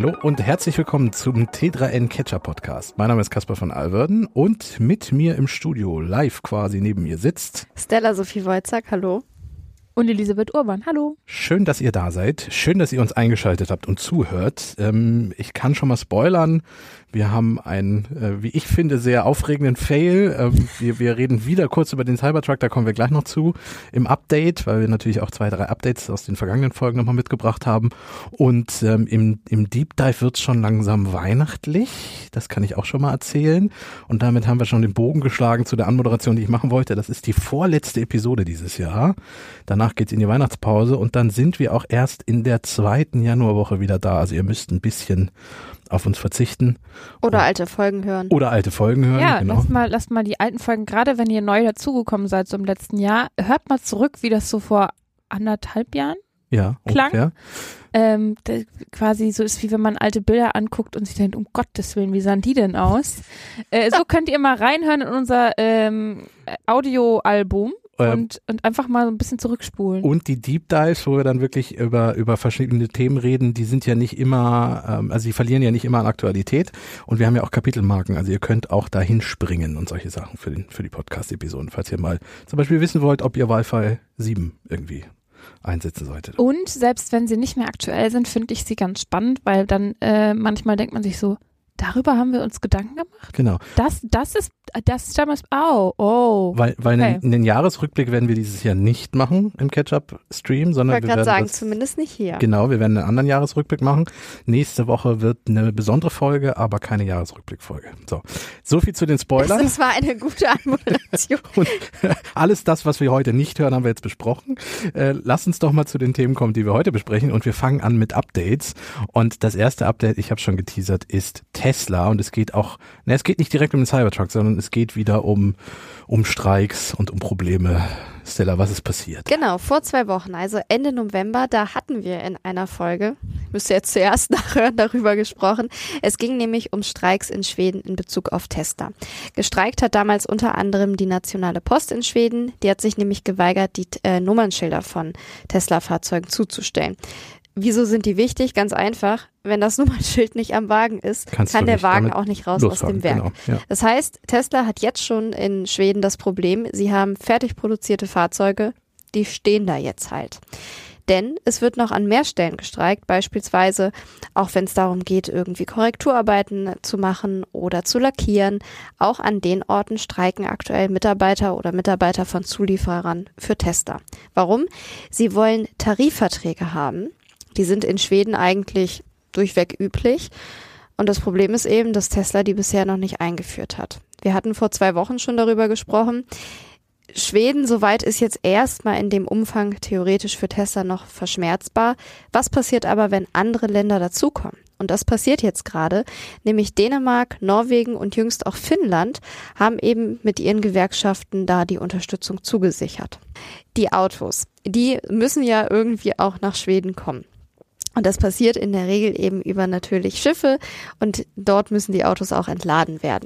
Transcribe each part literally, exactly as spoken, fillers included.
Hallo und herzlich willkommen zum T drei N Catcher Podcast. Mein Name ist Caspar von Alverden und mit mir im Studio, live quasi neben mir sitzt Stella Sophie Wojcik, hallo. Und Elisabeth Urban, hallo. Schön, dass ihr da seid. Schön, dass ihr uns eingeschaltet habt und zuhört. Ähm, ich kann schon mal spoilern. Wir haben einen, äh, wie ich finde, sehr aufregenden Fail. Ähm, wir, wir reden wieder kurz über den Cybertruck, da kommen wir gleich noch zu im Update, weil wir natürlich auch zwei, drei Updates aus den vergangenen Folgen nochmal mitgebracht haben. Und ähm, im, im Deep Dive wird's schon langsam weihnachtlich. Das kann ich auch schon mal erzählen. Und damit haben wir schon den Bogen geschlagen zu der Anmoderation, die ich machen wollte. Das ist die vorletzte Episode dieses Jahr. Danach geht's in die Weihnachtspause und dann sind wir auch erst in der zweiten Januarwoche wieder da. Also ihr müsst ein bisschen auf uns verzichten. Oder und, alte Folgen hören. Oder alte Folgen hören, ja, genau. lasst mal, lasst mal die alten Folgen, gerade wenn ihr neu dazugekommen seid, so im letzten Jahr, hört mal zurück, wie das so vor anderthalb Jahren ja, klang. Ungefähr. Ähm, quasi so ist, wie wenn man alte Bilder anguckt und sich denkt, um Gottes Willen, wie sahen die denn aus? Äh, so könnt ihr mal reinhören in unser ähm, Audioalbum. Und, und einfach mal so ein bisschen zurückspulen. Und die Deep Dives, wo wir dann wirklich über, über verschiedene Themen reden, die sind ja nicht immer, ähm, also die verlieren ja nicht immer an Aktualität. Und wir haben ja auch Kapitelmarken, also ihr könnt auch dahin springen und solche Sachen für, den, für die Podcast-Episoden, falls ihr mal zum Beispiel wissen wollt, ob ihr Wi-Fi sieben irgendwie einsetzen solltet. Und selbst wenn sie nicht mehr aktuell sind, finde ich sie ganz spannend, weil dann äh, manchmal denkt man sich so, darüber haben wir uns Gedanken gemacht? Genau. Das, das ist, das ist damals, oh, oh. Weil, weil okay. einen, einen Jahresrückblick werden wir dieses Jahr nicht machen im Catch-Up-Stream, sondern ich wir wollte gerade werden sagen, das, zumindest nicht hier. Genau, wir werden einen anderen Jahresrückblick machen. Nächste Woche wird eine besondere Folge, aber keine Jahresrückblickfolge. So, so viel zu den Spoilern. Das war eine gute Anmoderation. Und alles das, was wir heute nicht hören, haben wir jetzt besprochen. Äh, lass uns doch mal zu den Themen kommen, die wir heute besprechen. Und wir fangen an mit Updates. Und das erste Update, ich habe schon geteasert, ist Tesla. Und es geht auch, ne, es geht nicht direkt um den Cybertruck, sondern es geht wieder um, um Streiks und um Probleme. Stella, was ist passiert? Genau, vor zwei Wochen, also Ende November, da hatten wir in einer Folge, müsst ihr jetzt zuerst nachhören, darüber gesprochen. Es ging nämlich um Streiks in Schweden in Bezug auf Tesla. Gestreikt hat damals unter anderem die Nationale Post in Schweden. Die hat sich nämlich geweigert, die äh, Nummernschilder von Tesla-Fahrzeugen zuzustellen. Wieso sind die wichtig? Ganz einfach. Wenn das Nummernschild nicht am Wagen ist, Kannst kann der Wagen auch nicht raus aus dem Werk. Genau, ja. Das heißt, Tesla hat jetzt schon in Schweden das Problem, sie haben fertig produzierte Fahrzeuge, die stehen da jetzt halt. Denn es wird noch an mehr Stellen gestreikt, beispielsweise auch wenn es darum geht, irgendwie Korrekturarbeiten zu machen oder zu lackieren. Auch an den Orten streiken aktuell Mitarbeiter oder Mitarbeiter von Zulieferern für Tesla. Warum? Sie wollen Tarifverträge haben. Die sind in Schweden eigentlich durchweg üblich. Und das Problem ist eben, dass Tesla die bisher noch nicht eingeführt hat. Wir hatten vor zwei Wochen schon darüber gesprochen. Schweden, soweit ist jetzt erstmal in dem Umfang theoretisch für Tesla noch verschmerzbar. Was passiert aber, wenn andere Länder dazukommen? Und das passiert jetzt gerade, nämlich Dänemark, Norwegen und jüngst auch Finnland haben eben mit ihren Gewerkschaften da die Unterstützung zugesichert. Die Autos, die müssen ja irgendwie auch nach Schweden kommen. Und das passiert in der Regel eben über natürlich Schiffe und dort müssen die Autos auch entladen werden.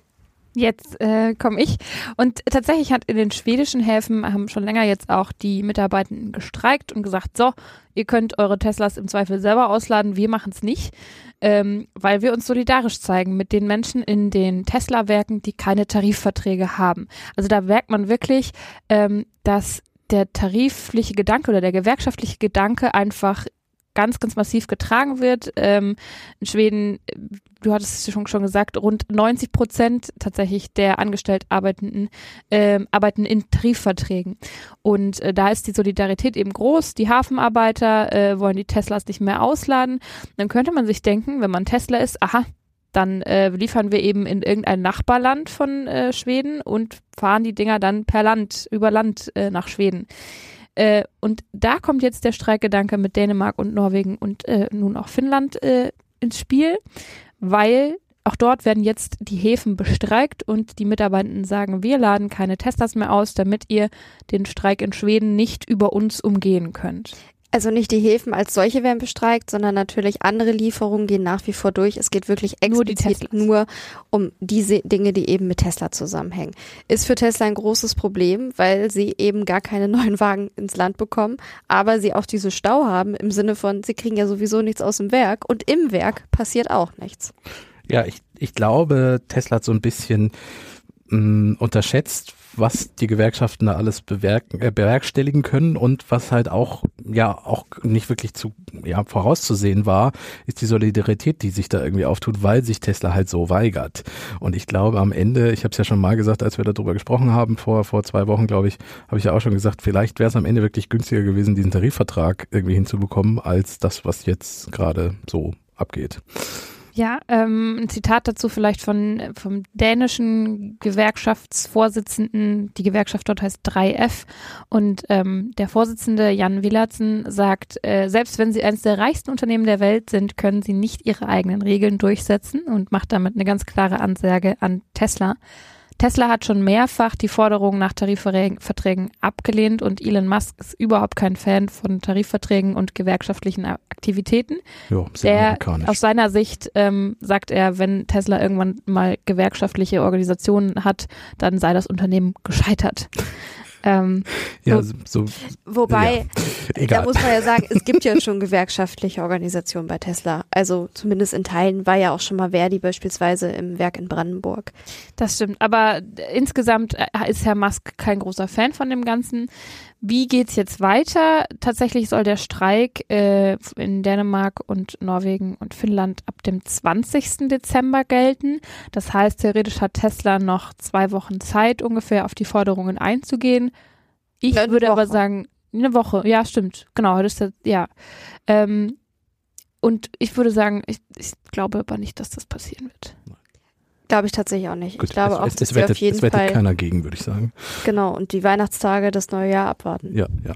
Jetzt äh, komme ich. Und tatsächlich hat in den schwedischen Häfen haben schon länger jetzt auch die Mitarbeitenden gestreikt und gesagt, so, ihr könnt eure Teslas im Zweifel selber ausladen, wir machen es nicht, ähm, weil wir uns solidarisch zeigen mit den Menschen in den Tesla-Werken, die keine Tarifverträge haben. Also da merkt man wirklich, ähm, dass der tarifliche Gedanke oder der gewerkschaftliche Gedanke einfach ganz, ganz massiv getragen wird. Ähm, in Schweden, du hattest es schon, schon gesagt, rund neunzig Prozent tatsächlich der angestellt Arbeitenden ähm, arbeiten in Tarifverträgen. Und äh, da ist die Solidarität eben groß. Die Hafenarbeiter äh, wollen die Teslas nicht mehr ausladen. Dann könnte man sich denken, wenn man Tesla ist, aha, dann äh, liefern wir eben in irgendein Nachbarland von äh, Schweden und fahren die Dinger dann per Land, über Land äh, nach Schweden. Äh, und da kommt jetzt der Streikgedanke mit Dänemark und Norwegen und äh, nun auch Finnland äh, ins Spiel, weil auch dort werden jetzt die Häfen bestreikt und die Mitarbeitenden sagen, wir laden keine Teslas mehr aus, damit ihr den Streik in Schweden nicht über uns umgehen könnt. Also nicht die Häfen als solche werden bestreikt, sondern natürlich andere Lieferungen gehen nach wie vor durch. Es geht wirklich explizit nur, nur um diese Dinge, die eben mit Tesla zusammenhängen. Ist für Tesla ein großes Problem, weil sie eben gar keine neuen Wagen ins Land bekommen, aber sie auch diese Stau haben im Sinne von, sie kriegen ja sowieso nichts aus dem Werk und im Werk passiert auch nichts. Ja, ich, ich glaube, Tesla hat so ein bisschen mh, unterschätzt, was die Gewerkschaften da alles bewerken, äh, bewerkstelligen können und was halt auch ja auch nicht wirklich zu ja vorauszusehen war, ist die Solidarität, die sich da irgendwie auftut, weil sich Tesla halt so weigert. Und ich glaube am Ende, ich habe es ja schon mal gesagt, als wir darüber gesprochen haben, vor vor zwei Wochen, glaube ich, habe ich ja auch schon gesagt, vielleicht wäre es am Ende wirklich günstiger gewesen, diesen Tarifvertrag irgendwie hinzubekommen, als das, was jetzt gerade so abgeht. Ja, ähm, ein Zitat dazu vielleicht von vom dänischen Gewerkschaftsvorsitzenden. Die Gewerkschaft dort heißt drei F und ähm, der Vorsitzende Jan Willertsen sagt, äh, selbst wenn sie eines der reichsten Unternehmen der Welt sind, können sie nicht ihre eigenen Regeln durchsetzen und macht damit eine ganz klare Ansage an Tesla. Tesla hat schon mehrfach die Forderungen nach Tarifverträgen abgelehnt und Elon Musk ist überhaupt kein Fan von Tarifverträgen und gewerkschaftlichen Aktivitäten. Jo, sehr Der, amerikanisch. aus seiner Sicht ähm, sagt er, wenn Tesla irgendwann mal gewerkschaftliche Organisationen hat, dann sei das Unternehmen gescheitert. Ähm, ja, so, so, Wobei, ja, da muss man ja sagen, es gibt ja schon gewerkschaftliche Organisationen bei Tesla. Also zumindest in Teilen war ja auch schon mal Verdi beispielsweise im Werk in Brandenburg. Das stimmt, aber insgesamt ist Herr Musk kein großer Fan von dem Ganzen. Wie geht's jetzt weiter? Tatsächlich soll der Streik äh, in Dänemark und Norwegen und Finnland ab dem zwanzigsten Dezember gelten. Das heißt, theoretisch hat Tesla noch zwei Wochen Zeit, ungefähr auf die Forderungen einzugehen. Ich eine würde Woche. aber sagen, eine Woche, ja, stimmt, genau, das ist das, ja. Ähm, und ich würde sagen, ich, ich glaube aber nicht, dass das passieren wird. Glaube ich tatsächlich auch nicht. Gut, ich glaube es, auch, es, dass es wir wettet, auf jeden es wettet Fall keiner gegen, würde ich sagen. genau und die Weihnachtstage, das neue Jahr abwarten. Ja, ja.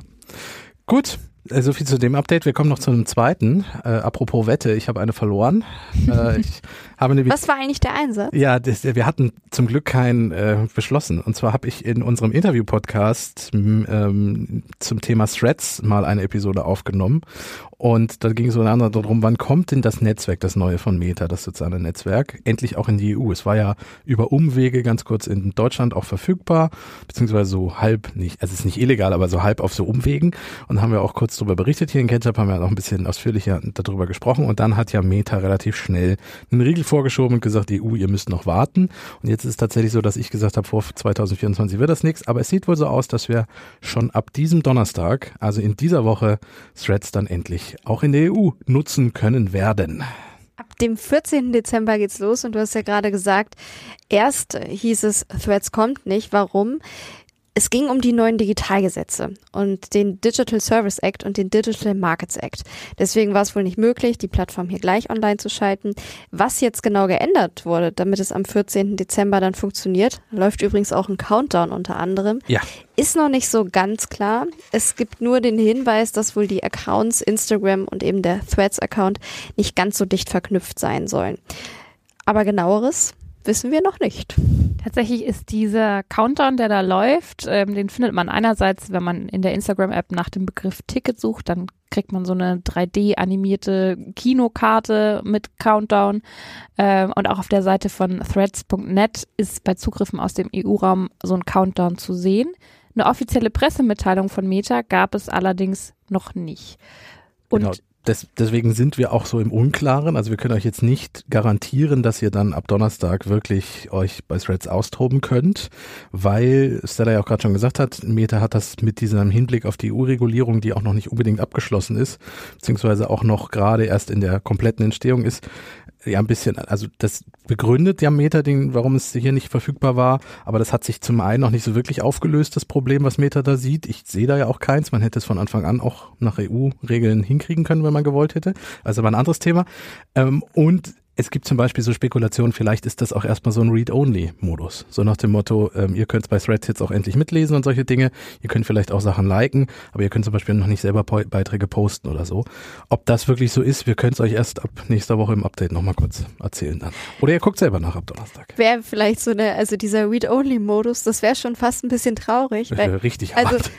Gut, äh, so viel zu dem Update. Wir kommen noch zu einem zweiten. Äh, apropos Wette, ich habe eine verloren. äh, ich habe nämlich Was war eigentlich der Einsatz? Ja, das, wir hatten zum Glück keinen äh, beschlossen. Und zwar habe ich in unserem Interview-Podcast ähm, zum Thema Threads mal eine Episode aufgenommen. Und da ging es unter anderem darum, wann kommt denn das Netzwerk, das neue von Meta, das soziale Netzwerk, endlich auch in die E U. Es war ja über Umwege ganz kurz in Deutschland auch verfügbar, beziehungsweise so halb nicht, also es ist nicht illegal, aber so halb auf so Umwegen. Und haben wir auch kurz darüber berichtet hier in Ketchup, haben wir noch ein bisschen ausführlicher darüber gesprochen. Und dann hat ja Meta relativ schnell einen Riegel vorgeschoben und gesagt, E U, ihr müsst noch warten. Und jetzt ist es tatsächlich so, dass ich gesagt habe, vor zwanzig vierundzwanzig wird das nichts. Aber es sieht wohl so aus, dass wir schon ab diesem Donnerstag, also in dieser Woche, Threads dann endlich auch in der E U nutzen können werden. Ab dem vierzehnten Dezember geht's los und du hast ja gerade gesagt, erst hieß es, Threads kommt nicht. Warum? Es ging um die neuen Digitalgesetze und den Digital Service Act und den Digital Markets Act. Deswegen war es wohl nicht möglich, die Plattform hier gleich online zu schalten. Was jetzt genau geändert wurde, damit es am vierzehnten Dezember dann funktioniert, läuft übrigens auch ein Countdown unter anderem, ja. Ist noch nicht so ganz klar. Es gibt nur den Hinweis, dass wohl die Accounts Instagram und eben der Threads-Account nicht ganz so dicht verknüpft sein sollen. Aber genaueres wissen wir noch nicht. Tatsächlich ist dieser Countdown, der da läuft, ähm, den findet man einerseits, wenn man in der Instagram-App nach dem Begriff Ticket sucht, dann kriegt man so eine drei D-animierte Kinokarte mit Countdown. Ähm, und auch auf der Seite von threads punkt net ist bei Zugriffen aus dem E U-Raum so ein Countdown zu sehen. Eine offizielle Pressemitteilung von Meta gab es allerdings noch nicht. Und genau. Des, deswegen sind wir auch so im Unklaren. Also wir können euch jetzt nicht garantieren, dass ihr dann ab Donnerstag wirklich euch bei Threads austoben könnt, weil Stella ja auch gerade schon gesagt hat, Meta hat das mit diesem Hinblick auf die E U-Regulierung, die auch noch nicht unbedingt abgeschlossen ist, beziehungsweise auch noch gerade erst in der kompletten Entstehung ist, ja ein bisschen, also das begründet ja Meta, den, warum es hier nicht verfügbar war, aber das hat sich zum einen noch nicht so wirklich aufgelöst, das Problem, was Meta da sieht. Ich sehe da ja auch keins, man hätte es von Anfang an auch nach E U-Regeln hinkriegen können, wenn man gewollt hätte, also aber ein anderes Thema. Ähm, und es gibt zum Beispiel so Spekulationen, vielleicht ist das auch erstmal so ein Read-Only-Modus. So nach dem Motto, ähm, ihr könnt bei Threads jetzt auch endlich mitlesen und solche Dinge. Ihr könnt vielleicht auch Sachen liken, aber ihr könnt zum Beispiel noch nicht selber po- Beiträge posten oder so. Ob das wirklich so ist, wir können es euch erst ab nächster Woche im Update nochmal kurz erzählen dann. Oder ihr guckt selber nach ab Donnerstag. Wäre vielleicht so eine, also dieser Read-Only-Modus, das wäre schon fast ein bisschen traurig. Das weil, wäre richtig also hart.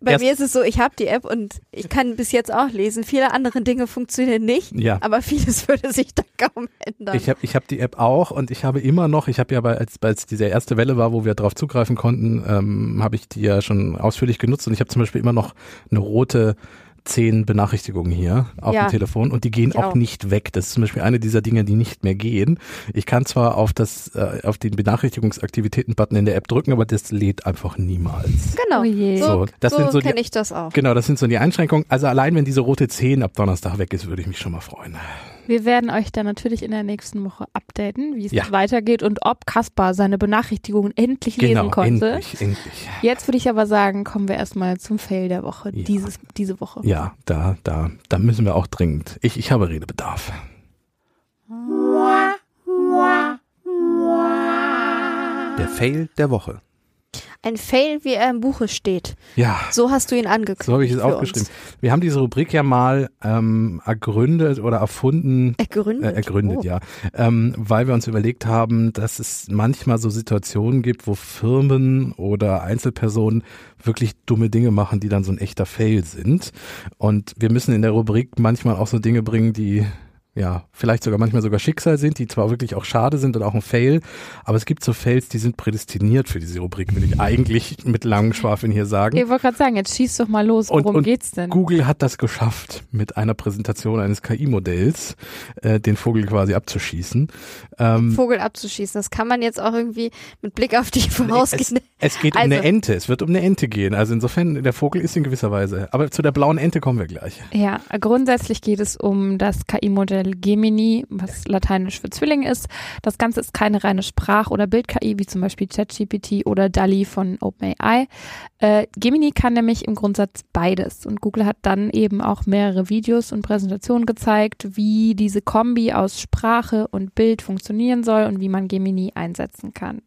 Bei erst, mir ist es so, ich habe die App und ich kann bis jetzt auch lesen. Viele andere Dinge funktionieren nicht, ja. aber vieles würde sich da kaum ändern. Ich habe ich hab die App auch und ich habe immer noch, ich habe ja, bei, als, als diese erste Welle war, wo wir drauf zugreifen konnten, ähm, habe ich die ja schon ausführlich genutzt und ich habe zum Beispiel immer noch eine rote zehn Benachrichtigungen hier auf Ja, dem Telefon und die gehen ich auch, auch. nicht weg. Das ist zum Beispiel eine dieser Dinge, die nicht mehr gehen. Ich kann zwar auf das, äh, auf den Benachrichtigungsaktivitäten-Button in der App drücken, aber das lädt einfach niemals. Genau, Oh je. so, So, das so, sind so die- kenne ich das auch. Genau, das sind so die Einschränkungen. Also allein wenn diese rote zehn ab Donnerstag weg ist, würde ich mich schon mal freuen. Wir werden euch dann natürlich in der nächsten Woche updaten, wie es Ja. weitergeht und ob Kaspar seine Benachrichtigungen endlich lesen Genau, konnte. endlich, endlich. Jetzt würde ich aber sagen, kommen wir erstmal zum Fail der Woche, Ja. dieses, diese Woche. Ja, da, da, da müssen wir auch dringend. Ich, ich habe Redebedarf. Der Fail der Woche. Ein Fail, wie er im Buche steht. Ja. So hast du ihn angekündigt. So habe ich es für aufgeschrieben. uns. Wir haben diese Rubrik ja mal ähm, ergründet oder erfunden, Ergründet. äh, ergründet, Oh. ja, ähm, weil wir uns überlegt haben, dass es manchmal so Situationen gibt, wo Firmen oder Einzelpersonen wirklich dumme Dinge machen, die dann so ein echter Fail sind. Und wir müssen in der Rubrik manchmal auch so Dinge bringen, die ja, vielleicht sogar manchmal sogar Schicksal sind, die zwar wirklich auch schade sind und auch ein Fail, aber es gibt so Fails, die sind prädestiniert für diese Rubrik, will ich eigentlich mit langen Schwafeln hier sagen. Ich wollte gerade sagen, jetzt schieß doch mal los, Und- worum und geht's denn? Google hat das geschafft, mit einer Präsentation eines K I-Modells äh, den Vogel quasi abzuschießen. Ähm, Vogel abzuschießen. Das kann man jetzt auch irgendwie mit Blick auf die es, vorausgehende. es geht um Also- eine Ente, es wird um eine Ente gehen. Also insofern, der Vogel ist in gewisser Weise. Aber zu der blauen Ente kommen wir gleich. Ja, grundsätzlich geht es um das K I-Modell Gemini, was lateinisch für Zwilling ist. Das Ganze ist keine reine Sprach- oder Bild-K I, wie zum Beispiel ChatGPT oder DALL-E von OpenAI. Äh, Gemini kann nämlich im Grundsatz beides. Und Google hat dann eben auch mehrere Videos und Präsentationen gezeigt, wie diese Kombi aus Sprache und Bild funktionieren soll und wie man Gemini einsetzen kann.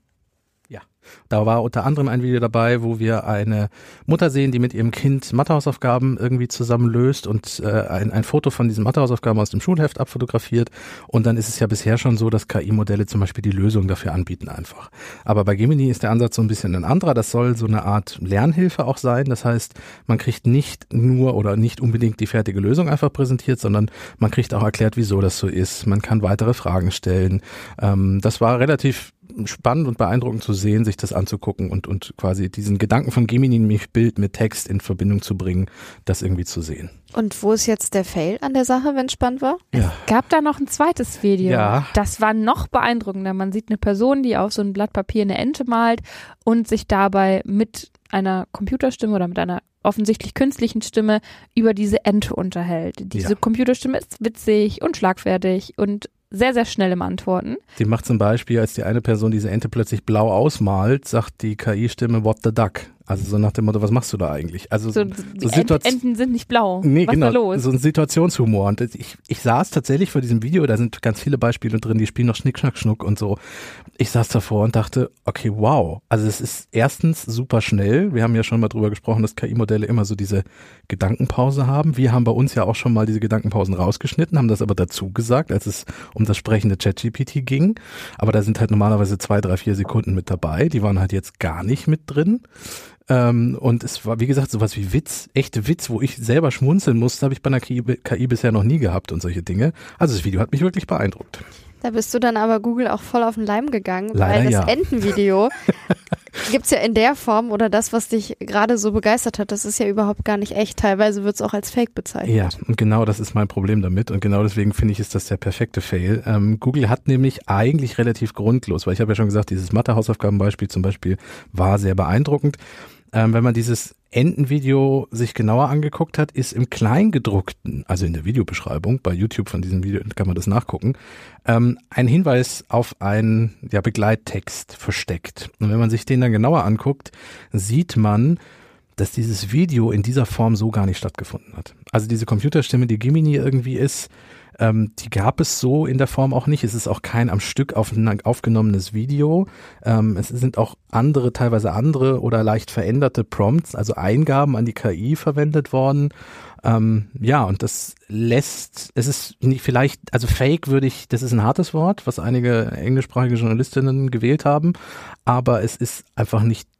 Da war unter anderem ein Video dabei, wo wir eine Mutter sehen, die mit ihrem Kind Mathehausaufgaben irgendwie zusammen löst und äh, ein, ein Foto von diesen Mathehausaufgaben aus dem Schulheft abfotografiert. Und dann ist es ja bisher schon so, dass K I-Modelle zum Beispiel die Lösung dafür anbieten einfach. Aber bei Gemini ist der Ansatz so ein bisschen ein anderer. Das soll so eine Art Lernhilfe auch sein. Das heißt, man kriegt nicht nur oder nicht unbedingt die fertige Lösung einfach präsentiert, sondern man kriegt auch erklärt, wieso das so ist. Man kann weitere Fragen stellen. Ähm, das war relativ spannend und beeindruckend zu sehen, sich das anzugucken und, und quasi diesen Gedanken von Gemini, nämlich Bild mit Text in Verbindung zu bringen, das irgendwie zu sehen. Und wo ist jetzt der Fail an der Sache, wenn es spannend war? Ja. Gab da noch ein zweites Video. Ja. Das war noch beeindruckender. Man sieht eine Person, die auf so ein Blatt Papier eine Ente malt und sich dabei mit einer Computerstimme oder mit einer offensichtlich künstlichen Stimme über diese Ente unterhält. Diese Ja. Computerstimme ist witzig und schlagfertig und sehr, sehr schnell im Antworten. Die macht zum Beispiel, als die eine Person diese Ente plötzlich blau ausmalt, sagt die K I-Stimme, what the duck? Also so nach dem Motto, was machst du da eigentlich? Also So, so, die so Ent, Situat- Enten sind nicht blau. Nee, Was genau, ist da los? so ein Situationshumor. Und ich, ich saß tatsächlich vor diesem Video, da sind ganz viele Beispiele drin, die spielen noch Schnick, Schnack, Schnuck und so. Ich saß davor und dachte, okay, wow. Also es ist erstens super schnell. Wir haben ja schon mal drüber gesprochen, dass K I-Modelle immer so diese Gedankenpause haben. Wir haben bei uns ja auch schon mal diese Gedankenpausen rausgeschnitten, haben das aber dazu gesagt, als es um das sprechende ChatGPT ging. Aber da sind halt normalerweise zwei, drei, vier Sekunden mit dabei. Die waren halt jetzt gar nicht mit drin. Ähm, und es war, wie gesagt, sowas wie Witz, echte Witz, wo ich selber schmunzeln musste, habe ich bei einer K I, K I bisher noch nie gehabt und solche Dinge. Also das Video hat mich wirklich beeindruckt. Da bist du dann aber Google auch voll auf den Leim gegangen, Leider weil das ja. Entenvideo gibt's ja in der Form oder das, was dich gerade so begeistert hat, das ist ja überhaupt gar nicht echt. Teilweise wird's auch als Fake bezeichnet. Ja, und genau das ist mein Problem damit und genau deswegen finde ich, ist das der perfekte Fail. Ähm, Google hat nämlich eigentlich relativ grundlos, weil ich habe ja schon gesagt, dieses Mathe-Hausaufgabenbeispiel zum Beispiel war sehr beeindruckend. Ähm, wenn man dieses Entenvideo sich genauer angeguckt hat, ist im Kleingedruckten, also in der Videobeschreibung, bei YouTube von diesem Video kann man das nachgucken, ähm, ein Hinweis auf einen ja, Begleittext versteckt. Und wenn man sich den dann genauer anguckt, sieht man, dass dieses Video in dieser Form so gar nicht stattgefunden hat. Also diese Computerstimme, die Gemini irgendwie ist, ähm, die gab es so in der Form auch nicht. Es ist auch kein am Stück auf, aufgenommenes Video. Ähm, es sind auch andere, teilweise andere oder leicht veränderte Prompts, also Eingaben an die K I verwendet worden. Ähm, ja, und das lässt, es ist nicht vielleicht, also Fake würde ich, das ist ein hartes Wort, was einige englischsprachige Journalistinnen gewählt haben, aber es ist einfach nicht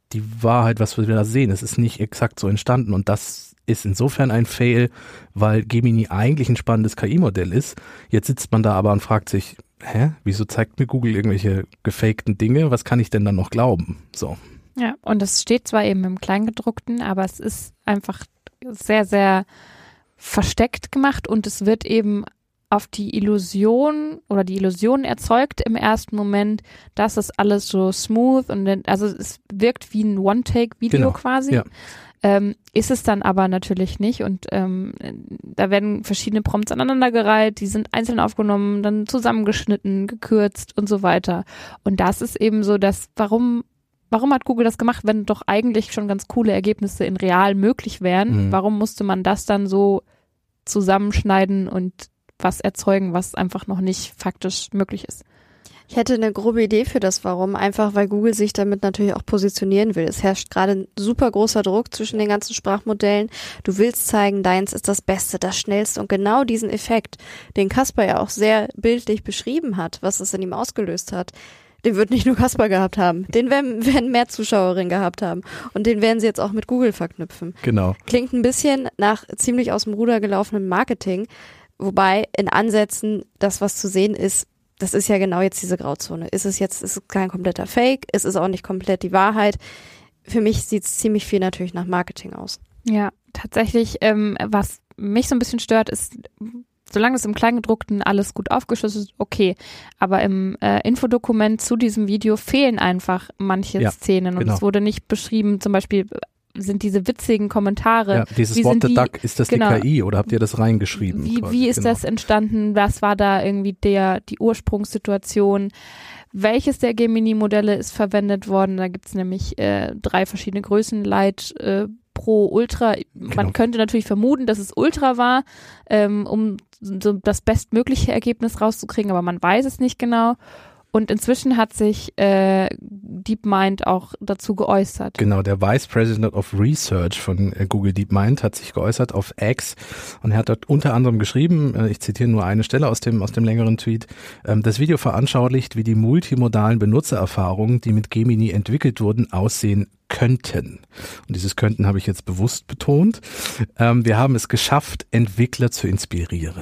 die Wahrheit, was wir da sehen. Es ist nicht exakt so entstanden und das ist insofern ein Fail, weil Gemini eigentlich ein spannendes K I-Modell ist. Jetzt sitzt man da aber und fragt sich, hä, wieso zeigt mir Google irgendwelche gefakten Dinge? Was kann ich denn dann noch glauben? So. Ja, und es steht zwar eben im Kleingedruckten, aber es ist einfach sehr, sehr versteckt gemacht und es wird eben auf die Illusion oder die Illusion erzeugt im ersten Moment, dass es alles so smooth und dann, also es wirkt wie ein One-Take-Video Genau, quasi. ja. Ähm, ist es dann aber natürlich nicht und ähm, da werden verschiedene Prompts aneinandergereiht, die sind einzeln aufgenommen, dann zusammengeschnitten, gekürzt und so weiter. Und das ist eben so, dass warum Warum hat Google das gemacht, wenn doch eigentlich schon ganz coole Ergebnisse in real möglich wären? Mhm. Warum musste man das dann so zusammenschneiden und was erzeugen, was einfach noch nicht faktisch möglich ist? Ich hätte eine grobe Idee für das Warum, einfach weil Google sich damit natürlich auch positionieren will. Es herrscht gerade ein super großer Druck zwischen den ganzen Sprachmodellen. Du willst zeigen, deins ist das Beste, das Schnellste und genau diesen Effekt, den Kasper ja auch sehr bildlich beschrieben hat, was es in ihm ausgelöst hat, den wird nicht nur Kasper gehabt haben, den werden, werden mehr Zuschauerinnen gehabt haben und den werden sie jetzt auch mit Google verknüpfen. Genau. Klingt ein bisschen nach ziemlich aus dem Ruder gelaufenem Marketing, wobei in Ansätzen das, was zu sehen ist, das ist ja genau jetzt diese Grauzone. Ist es jetzt, ist es kein kompletter Fake, ist es auch nicht komplett die Wahrheit. Für mich sieht es ziemlich viel natürlich nach Marketing aus. Ja, tatsächlich, ähm, was mich so ein bisschen stört, ist, solange es im Kleingedruckten alles gut aufgeschlüsselt ist, okay. Aber im äh, Infodokument zu diesem Video fehlen einfach manche Ja, Szenen und genau. es wurde nicht beschrieben, zum Beispiel sind diese witzigen Kommentare. Ja, dieses wie What sind the die, Duck, ist das genau, die K I oder habt ihr das reingeschrieben? Wie, quasi? wie ist Genau. das entstanden? Was war da irgendwie der die Ursprungssituation? Welches der Gemini-Modelle ist verwendet worden? Da gibt es nämlich äh, drei verschiedene Größen, Light, äh, Pro, Ultra. Man Genau. könnte natürlich vermuten, dass es Ultra war, ähm, um so das bestmögliche Ergebnis rauszukriegen, aber man weiß es nicht genau. Und inzwischen hat sich äh, DeepMind auch dazu geäußert. Genau, der Vice President of Research von äh, Google DeepMind hat sich geäußert auf X und er hat dort unter anderem geschrieben, äh, ich zitiere nur eine Stelle aus dem aus dem längeren Tweet, ähm, das Video veranschaulicht, wie die multimodalen Benutzererfahrungen, die mit Gemini entwickelt wurden, aussehen könnten. Und dieses könnten habe ich jetzt bewusst betont. Ähm, wir haben es geschafft, Entwickler zu inspirieren.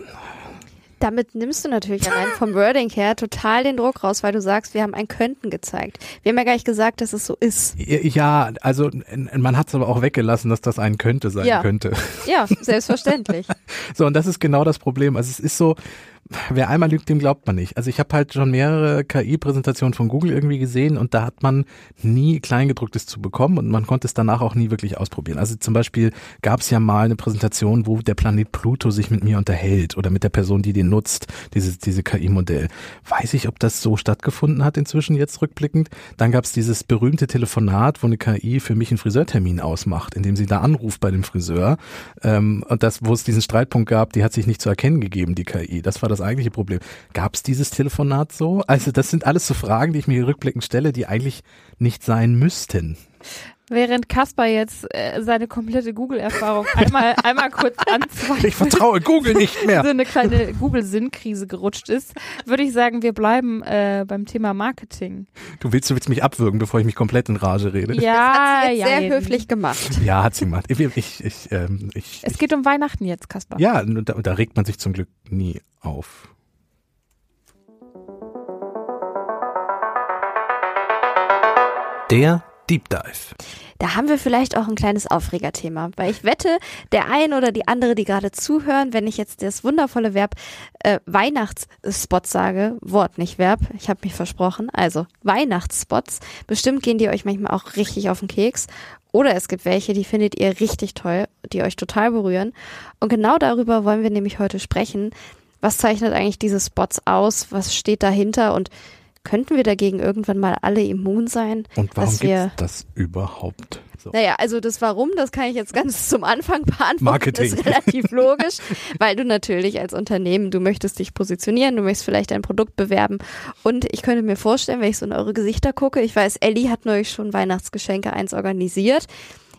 Damit nimmst du natürlich allein vom Wording her total den Druck raus, weil du sagst, wir haben ein Könnten gezeigt. Wir haben ja gar nicht gesagt, dass es so ist. Ja, also man hat es aber auch weggelassen, dass das ein könnte sein Ja. könnte. Ja, selbstverständlich. So, und das ist genau das Problem. Also es ist so, wer einmal lügt, dem glaubt man nicht. Also ich habe halt schon mehrere K I-Präsentationen von Google irgendwie gesehen und da hat man nie Kleingedrucktes zu bekommen und man konnte es danach auch nie wirklich ausprobieren. Also zum Beispiel gab es ja mal eine Präsentation, wo der Planet Pluto sich mit mir unterhält oder mit der Person, die den nutzt, dieses diese K I-Modell. Weiß ich, ob das so stattgefunden hat inzwischen jetzt rückblickend. Dann gab es dieses berühmte Telefonat, wo eine K I für mich einen Friseurtermin ausmacht, indem sie da anruft bei dem Friseur. Ähm, und das, wo es diesen Streitpunkt gab, die hat sich nicht zu erkennen gegeben, die K I. Das war das eigentliche Problem. Gab es dieses Telefonat so? Also das sind alles so Fragen, die ich mir hier rückblickend stelle, die eigentlich nicht sein müssten. Während Kasper jetzt äh, seine komplette Google-Erfahrung einmal, einmal kurz anzweifelt, Ich vertraue Google nicht mehr. so eine kleine Google-Sinnkrise gerutscht ist, würde ich sagen, wir bleiben äh, beim Thema Marketing. Du willst, du willst mich abwürgen, bevor ich mich komplett in Rage rede. Ja, Das hat sie jetzt ja, sehr eben. höflich gemacht. Ja, hat sie gemacht. Ich, ich, ich, ähm, ich, Es geht um Weihnachten jetzt, Kasper. ja, da, da regt man sich zum Glück nie auf. Der Deep Dive. Da haben wir vielleicht auch ein kleines Aufregerthema, weil ich wette, der ein oder die andere, die gerade zuhören, wenn ich jetzt das wundervolle Verb äh, Weihnachtsspot sage, Wort, nicht Verb, ich habe mich versprochen, also Weihnachtsspots, bestimmt gehen die euch manchmal auch richtig auf den Keks oder es gibt welche, die findet ihr richtig toll, die euch total berühren und genau darüber wollen wir nämlich heute sprechen. Was zeichnet eigentlich diese Spots aus? Was steht dahinter und könnten wir dagegen irgendwann mal alle immun sein? Und warum dass wir gibt's das überhaupt? So. Naja, also das Warum, das kann ich jetzt ganz zum Anfang beantworten. Marketing. Das ist relativ logisch, weil du natürlich als Unternehmen, du möchtest dich positionieren, du möchtest vielleicht dein Produkt bewerben und ich könnte mir vorstellen, wenn ich so in eure Gesichter gucke, ich weiß, Elli hat neulich schon Weihnachtsgeschenke eins organisiert.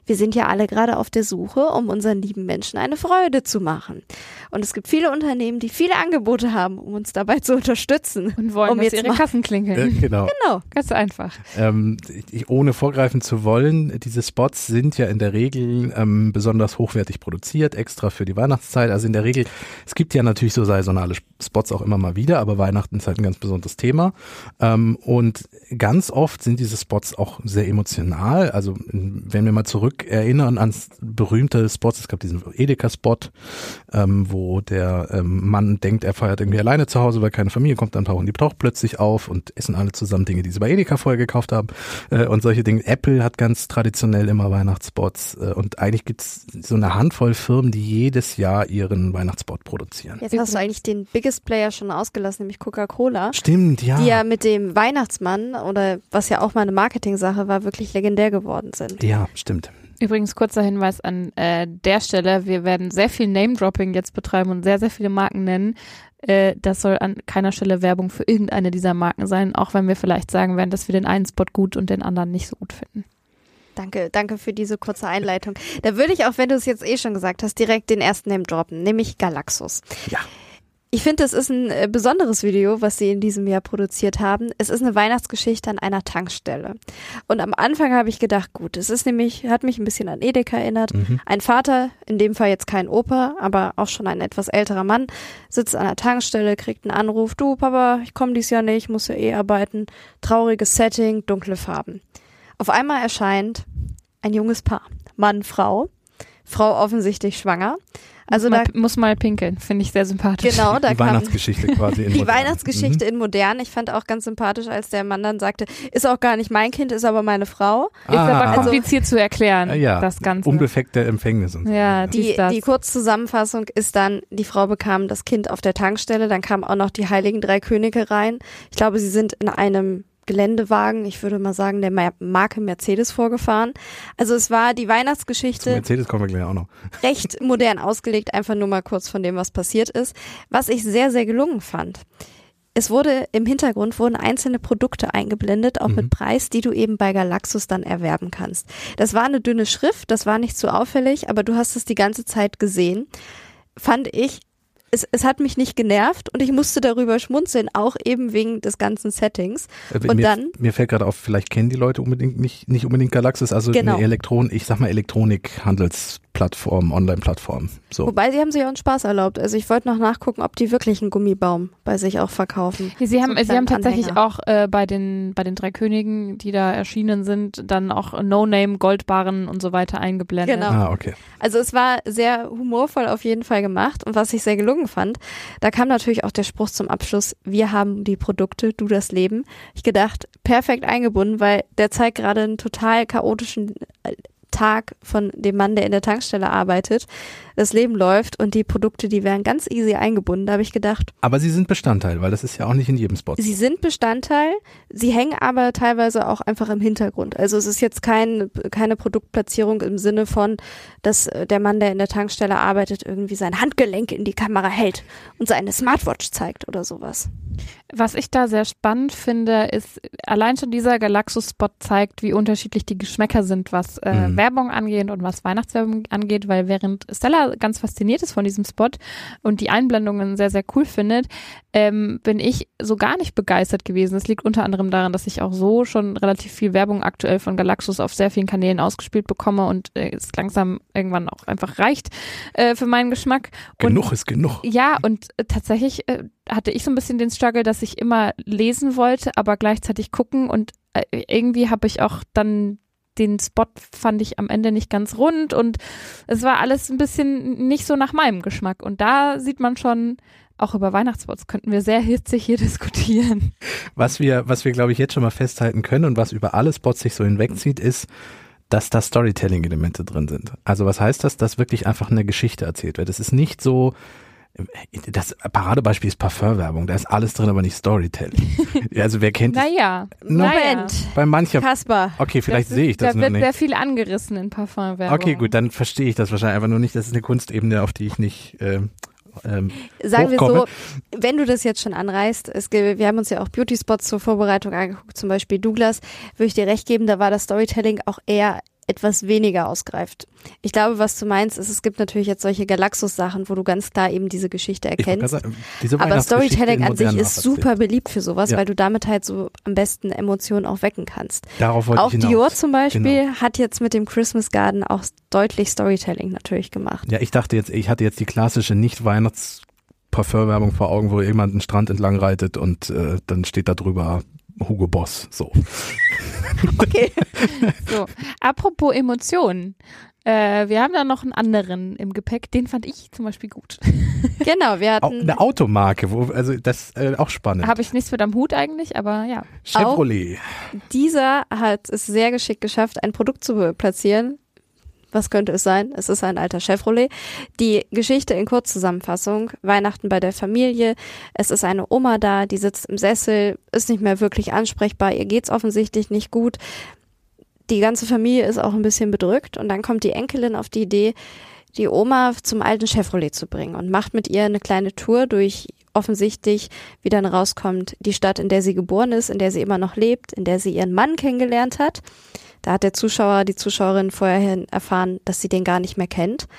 wir sind ja alle gerade auf der Suche, um unseren lieben Menschen eine Freude zu machen. Und es gibt viele Unternehmen, die viele Angebote haben, um uns dabei zu unterstützen. Und wollen, um dass jetzt ihre mal- Kassen klingeln. Äh, genau. Genau. Ganz einfach. Ähm, ich, ohne vorgreifen zu wollen, diese Spots sind ja in der Regel ähm, besonders hochwertig produziert, extra für die Weihnachtszeit. Also in der Regel, es gibt ja natürlich so saisonale Spots auch immer mal wieder, aber Weihnachten ist halt ein ganz besonderes Thema. Ähm, und ganz oft sind diese Spots auch sehr emotional. Also wenn wir mal zurück erinnern an berühmte Spots, es gab diesen Edeka-Spot, ähm, wo der ähm, Mann denkt, er feiert irgendwie alleine zu Hause, weil keine Familie kommt, dann tauchen die taucht plötzlich auf und essen alle zusammen Dinge, die sie bei Edeka vorher gekauft haben äh, und solche Dinge. Apple hat ganz traditionell immer Weihnachtsspots äh, und eigentlich gibt's so eine Handvoll Firmen, die jedes Jahr ihren Weihnachtsspot produzieren. Jetzt hast du eigentlich den Biggest Player schon ausgelassen, nämlich Coca-Cola. Stimmt, ja. Die ja mit dem Weihnachtsmann oder was ja auch mal eine Marketing-Sache war, wirklich legendär geworden sind. Ja, stimmt. Übrigens kurzer Hinweis an äh, der Stelle, wir werden sehr viel Name-Dropping jetzt betreiben und sehr, sehr viele Marken nennen. Äh, das soll an keiner Stelle Werbung für irgendeine dieser Marken sein, auch wenn wir vielleicht sagen werden, dass wir den einen Spot gut und den anderen nicht so gut finden. Danke, danke für diese kurze Einleitung. Da würde ich auch, wenn du es jetzt eh schon gesagt hast, direkt den ersten Name droppen, nämlich Galaxus. Ja. Ich finde, das ist ein äh, besonderes Video, was sie in diesem Jahr produziert haben. Es ist eine Weihnachtsgeschichte an einer Tankstelle. Und am Anfang habe ich gedacht, gut, es ist nämlich, hat mich ein bisschen an Edeka erinnert. Mhm. Ein Vater, in dem Fall jetzt kein Opa, aber auch schon ein etwas älterer Mann, sitzt an der Tankstelle, kriegt einen Anruf, du Papa, ich komme dies Jahr nicht, muss ja eh arbeiten. Trauriges Setting, dunkle Farben. Auf einmal erscheint ein junges Paar. Mann, Frau. Frau offensichtlich schwanger. Also muss, da mal, muss mal pinkeln, finde ich sehr sympathisch. Genau, da die kam Weihnachtsgeschichte quasi in die modern. Weihnachtsgeschichte Mhm. in modern. Ich fand auch ganz sympathisch, als der Mann dann sagte, ist auch gar nicht mein Kind, ist aber meine Frau. Ist aber Ah. kompliziert zu erklären, Ah, ja, das Ganze. unbefleckte Empfängnis und so. Ja, Die, dies, das. die Kurzzusammenfassung ist dann, die Frau bekam das Kind auf der Tankstelle, dann kamen auch noch die Heiligen Drei Könige rein. Ich glaube, sie sind in einem Geländewagen, ich würde mal sagen, der Marke Mercedes vorgefahren. Also es war die Zum Weihnachtsgeschichte Mercedes kommen wir gleich auch noch. recht modern ausgelegt, einfach nur mal kurz von dem, was passiert ist. Was ich sehr, sehr gelungen fand. Es wurde im Hintergrund wurden einzelne Produkte eingeblendet, auch Mhm. mit Preis, die du eben bei Galaxus dann erwerben kannst. Das war eine dünne Schrift, das war nicht so auffällig, aber du hast es die ganze Zeit gesehen. Fand ich, es, es hat mich nicht genervt und ich musste darüber schmunzeln, auch eben wegen des ganzen Settings. Äh, Und mir, dann- mir fällt gerade auf, vielleicht kennen die Leute unbedingt nicht, nicht unbedingt Galaxus, also Genau. eine Elektron, ich sag mal Elektronikhandelsplattform, Online-Plattform. So. Wobei, sie haben sich auch einen Spaß erlaubt. Also ich wollte noch nachgucken, ob die wirklich einen Gummibaum bei sich auch verkaufen. Ja, Sie haben, So Sie haben kleinen tatsächlich Anhänger. auch äh, bei den bei den drei Königen, die da erschienen sind, dann auch No-Name, Goldbarren und so weiter eingeblendet. Genau. Ah, okay. Also es war sehr humorvoll auf jeden Fall gemacht und was ich sehr gelungen fand, da kam natürlich auch der Spruch zum Abschluss, wir haben die Produkte, du das Leben. Ich gedacht, perfekt eingebunden, weil der zeigt gerade einen total chaotischen äh, Tag von dem Mann, der in der Tankstelle arbeitet. Das Leben läuft und die Produkte, die wären ganz easy eingebunden. Da habe ich gedacht, Aber sie sind Bestandteil, weil das ist ja auch nicht in jedem Spot. sie sind Bestandteil, sie hängen aber teilweise auch einfach im Hintergrund. Also es ist jetzt kein, keine Produktplatzierung im Sinne von, dass äh, der Mann, der in der Tankstelle arbeitet, irgendwie sein Handgelenk in die Kamera hält und seine Smartwatch zeigt oder sowas. Was ich da sehr spannend finde, ist, allein schon dieser Galaxus-Spot zeigt, wie unterschiedlich die Geschmäcker sind, was äh, Mhm. Werbung angeht und was Weihnachtswerbung angeht, weil während Stella ganz fasziniert ist von diesem Spot und die Einblendungen sehr, sehr cool findet, ähm, bin ich so gar nicht begeistert gewesen. Das liegt unter anderem daran, dass ich auch so schon relativ viel Werbung aktuell von Galaxus auf sehr vielen Kanälen ausgespielt bekomme und äh, es langsam irgendwann auch einfach reicht äh, für meinen Geschmack. Genug und, ist genug. Ja, und äh, tatsächlich äh, hatte ich so ein bisschen den Struggle, dass ich immer lesen wollte, aber gleichzeitig gucken und äh, irgendwie habe ich auch dann den Spot fand ich am Ende nicht ganz rund und es war alles ein bisschen nicht so nach meinem Geschmack. Und da sieht man schon, auch über Weihnachtsspots könnten wir sehr hitzig hier diskutieren. Was wir, was wir glaube ich jetzt schon mal festhalten können und was über alle Spots sich so hinwegzieht, ist, dass da Storytelling-Elemente drin sind. Also was heißt das? Dass wirklich einfach eine Geschichte erzählt wird. Es ist nicht so, das Paradebeispiel ist Parfumwerbung, da ist alles drin, aber nicht Storytelling. Also wer kennt das? Naja, Noch naja. Bei mancher, Kaspar. okay, vielleicht Das sehe ich ist- das Da noch wird nicht. sehr viel angerissen in Parfumwerbung. Okay, gut, dann verstehe ich das wahrscheinlich einfach nur nicht. Das ist eine Kunstebene, auf die ich nicht ähm, ähm, Sagen wir hochkomme. so, wenn du das jetzt schon anreißt, es, gibt- wir haben uns ja auch Beauty-Spots zur Vorbereitung angeguckt, zum Beispiel Douglas, würde ich dir recht geben, da war das Storytelling auch eher etwas weniger ausgreift. Ich glaube, was du meinst, ist, es gibt natürlich jetzt solche Galaxus-Sachen, wo du ganz klar eben diese Geschichte erkennst. Sagen, diese aber Storytelling an sich ist Nacherzählen. super beliebt für sowas, Ja. weil du damit halt so am besten Emotionen auch wecken kannst. Darauf wollte Auch ich hinaus. Dior zum Beispiel Genau. hat jetzt mit dem Christmas Garden auch deutlich Storytelling natürlich gemacht. Ja, ich dachte jetzt, ich hatte jetzt die klassische Nicht-Weihnachts-Parfüm-Werbung vor Augen, wo jemand einen Strand entlang reitet und äh, dann steht da drüber Hugo Boss. So. Okay. So, apropos Emotionen. Äh, wir haben da noch einen anderen im Gepäck, den fand ich zum Beispiel gut. Genau, wir Auch hatten eine Automarke, wo, also das äh, auch spannend. Habe ich nichts mit am Hut eigentlich, aber ja. Chevrolet. dieser hat es sehr geschickt geschafft, ein Produkt zu platzieren. Was könnte es sein? Es ist ein alter Chevrolet. Die Geschichte in Kurzzusammenfassung. Weihnachten bei der Familie. Es ist eine Oma da, die sitzt im Sessel, ist nicht mehr wirklich ansprechbar. Ihr geht's offensichtlich nicht gut. Die ganze Familie ist auch ein bisschen bedrückt. Und dann kommt die Enkelin auf die Idee, die Oma zum alten Chevrolet zu bringen und macht mit ihr eine kleine Tour durch offensichtlich, wie dann rauskommt, die Stadt, in der sie geboren ist, in der sie immer noch lebt, in der sie ihren Mann kennengelernt hat. Da hat der Zuschauer, die Zuschauerin vorher erfahren, dass sie den gar nicht mehr kennt.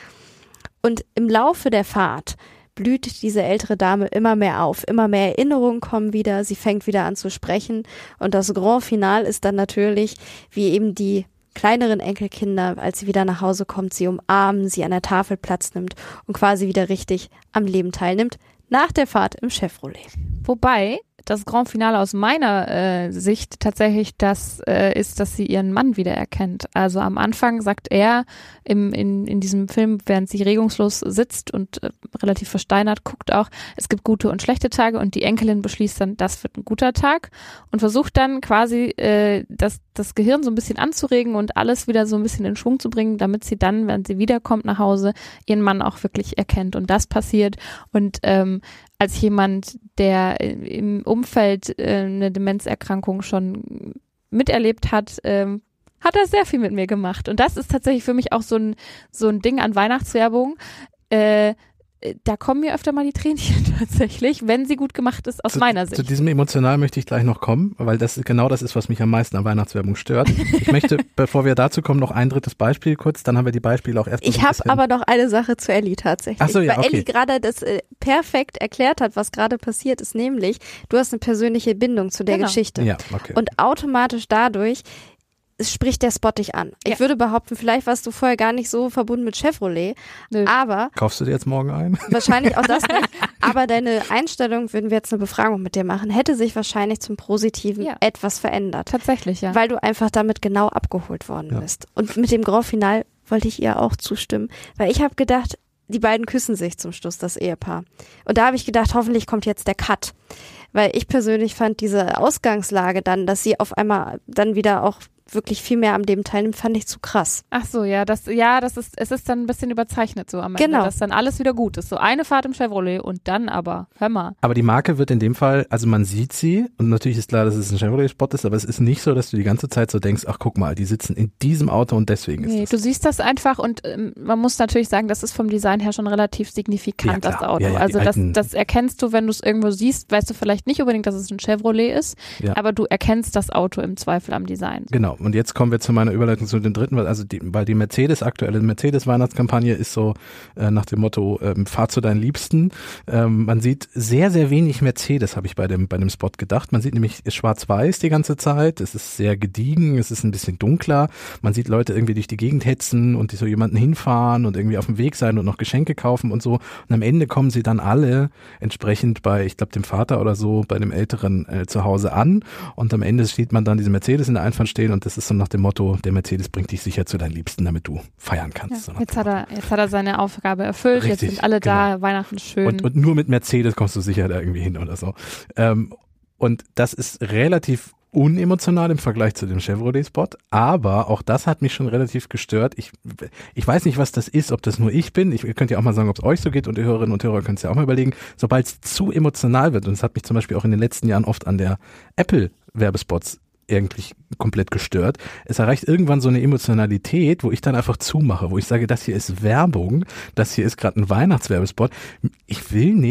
Und im Laufe der Fahrt blüht diese ältere Dame immer mehr auf. Immer mehr Erinnerungen kommen wieder. Sie fängt wieder an zu sprechen. Und das Grand Finale ist dann natürlich, wie eben die kleineren Enkelkinder, als sie wieder nach Hause kommt, sie umarmen, sie an der Tafel Platz nimmt und quasi wieder richtig am Leben teilnimmt. Nach der Fahrt im Chevrolet. Wobei das Grand Finale aus meiner äh, Sicht tatsächlich das äh, ist, dass sie ihren Mann wiedererkennt. Also am Anfang sagt er im, in, in diesem Film, während sie regungslos sitzt und äh, relativ versteinert guckt auch, es gibt gute und schlechte Tage und die Enkelin beschließt dann, das wird ein guter Tag und versucht dann quasi äh, das, das Gehirn so ein bisschen anzuregen und alles wieder so ein bisschen in Schwung zu bringen, damit sie dann, wenn sie wiederkommt nach Hause, ihren Mann auch wirklich erkennt. Und das passiert und ähm, als jemand, der im Umfeld äh, eine Demenzerkrankung schon miterlebt hat, ähm, hat er sehr viel mit mir gemacht. Und das ist tatsächlich für mich auch so ein so ein Ding an Weihnachtswerbung. Äh, da kommen mir öfter mal die Tränchen tatsächlich, wenn sie gut gemacht ist, aus zu, meiner Sicht. Zu diesem Emotional möchte ich gleich noch kommen, weil das genau das ist, was mich am meisten an Weihnachtswerbung stört. Ich möchte, bevor wir dazu kommen, noch ein drittes Beispiel kurz, dann haben wir die Beispiele auch erst Ich habe aber noch eine Sache zu Ellie tatsächlich. Ach so, ja, weil okay. Ellie gerade das äh, perfekt erklärt hat, was gerade passiert ist, nämlich du hast eine persönliche Bindung zu der Genau. Geschichte. Ja, okay. Und automatisch dadurch es spricht der Spot dich an. Ich Ja. würde behaupten, vielleicht warst du vorher gar nicht so verbunden mit Chevrolet, Nö. aber Kaufst du dir jetzt morgen ein? wahrscheinlich auch das nicht. Aber deine Einstellung, würden wir jetzt eine Befragung mit dir machen, hätte sich wahrscheinlich zum Positiven Ja. etwas verändert. Tatsächlich, ja. Weil du einfach damit genau abgeholt worden Ja. bist. Und mit dem Grand Finale wollte ich ihr auch zustimmen, weil ich habe gedacht, die beiden küssen sich zum Schluss, das Ehepaar. Und da habe ich gedacht, hoffentlich kommt jetzt der Cut. Weil ich persönlich fand diese Ausgangslage dann, dass sie auf einmal dann wieder auch wirklich viel mehr am Leben teilnimmt, fand ich zu krass. Ach so, ja, das, ja, das ist, es ist dann ein bisschen überzeichnet so am Ende, Genau. dass dann alles wieder gut ist. So eine Fahrt im Chevrolet und dann aber, hör mal. Aber die Marke wird in dem Fall, also man sieht sie und natürlich ist klar, dass es ein Chevrolet-Spot ist, aber es ist nicht so, dass du die ganze Zeit so denkst, ach guck mal, die sitzen in diesem Auto und deswegen ist Nee, das. du siehst das einfach und ähm, man muss natürlich sagen, das ist vom Design her schon relativ signifikant, Ja, das klar. Auto. Ja, ja, die also das, alten- das erkennst du, wenn du es irgendwo siehst, weißt du vielleicht nicht unbedingt, dass es ein Chevrolet ist, Ja. aber du erkennst das Auto im Zweifel am Design. Genau, und jetzt kommen wir zu meiner Überleitung zu dem dritten, weil also die, weil die Mercedes, aktuelle Mercedes-Weihnachtskampagne ist so äh, nach dem Motto, ähm, fahr zu deinen Liebsten. Ähm, man sieht sehr, sehr wenig Mercedes, habe ich bei dem, bei dem Spot gedacht. Man sieht nämlich schwarz-weiß die ganze Zeit, es ist sehr gediegen, es ist ein bisschen dunkler. Man sieht Leute irgendwie durch die Gegend hetzen und die so jemanden hinfahren und irgendwie auf dem Weg sein und noch Geschenke kaufen und so. Und am Ende kommen sie dann alle entsprechend bei, ich glaube, dem Vater oder so, bei dem Älteren äh, zu Hause an. Und am Ende sieht man dann diese Mercedes in der Einfahrt stehen und das ist so nach dem Motto, der Mercedes bringt dich sicher zu deinen Liebsten, damit du feiern kannst. Ja, So nach jetzt, dem hat er, jetzt hat er seine Aufgabe erfüllt, Richtig, jetzt sind alle da, Weihnachten schön. Und, und nur mit Mercedes kommst du sicher da irgendwie hin oder so. Ähm, und das ist relativ unemotional im Vergleich zu dem Chevrolet-Spot, aber auch das hat mich schon relativ gestört. Ich, ich weiß nicht, was das ist, ob das nur ich bin. Ich, ihr könnt ja auch mal sagen, ob es euch so geht und die Hörerinnen und Hörer können es ja auch mal überlegen. Sobald es zu emotional wird, und es hat mich zum Beispiel auch in den letzten Jahren oft an der Apple-Werbespots irgendwie komplett gestört. Es erreicht irgendwann so eine Emotionalität, wo ich dann einfach zumache, wo ich sage, das hier ist Werbung, das hier ist gerade ein Weihnachtswerbespot. Ich will nicht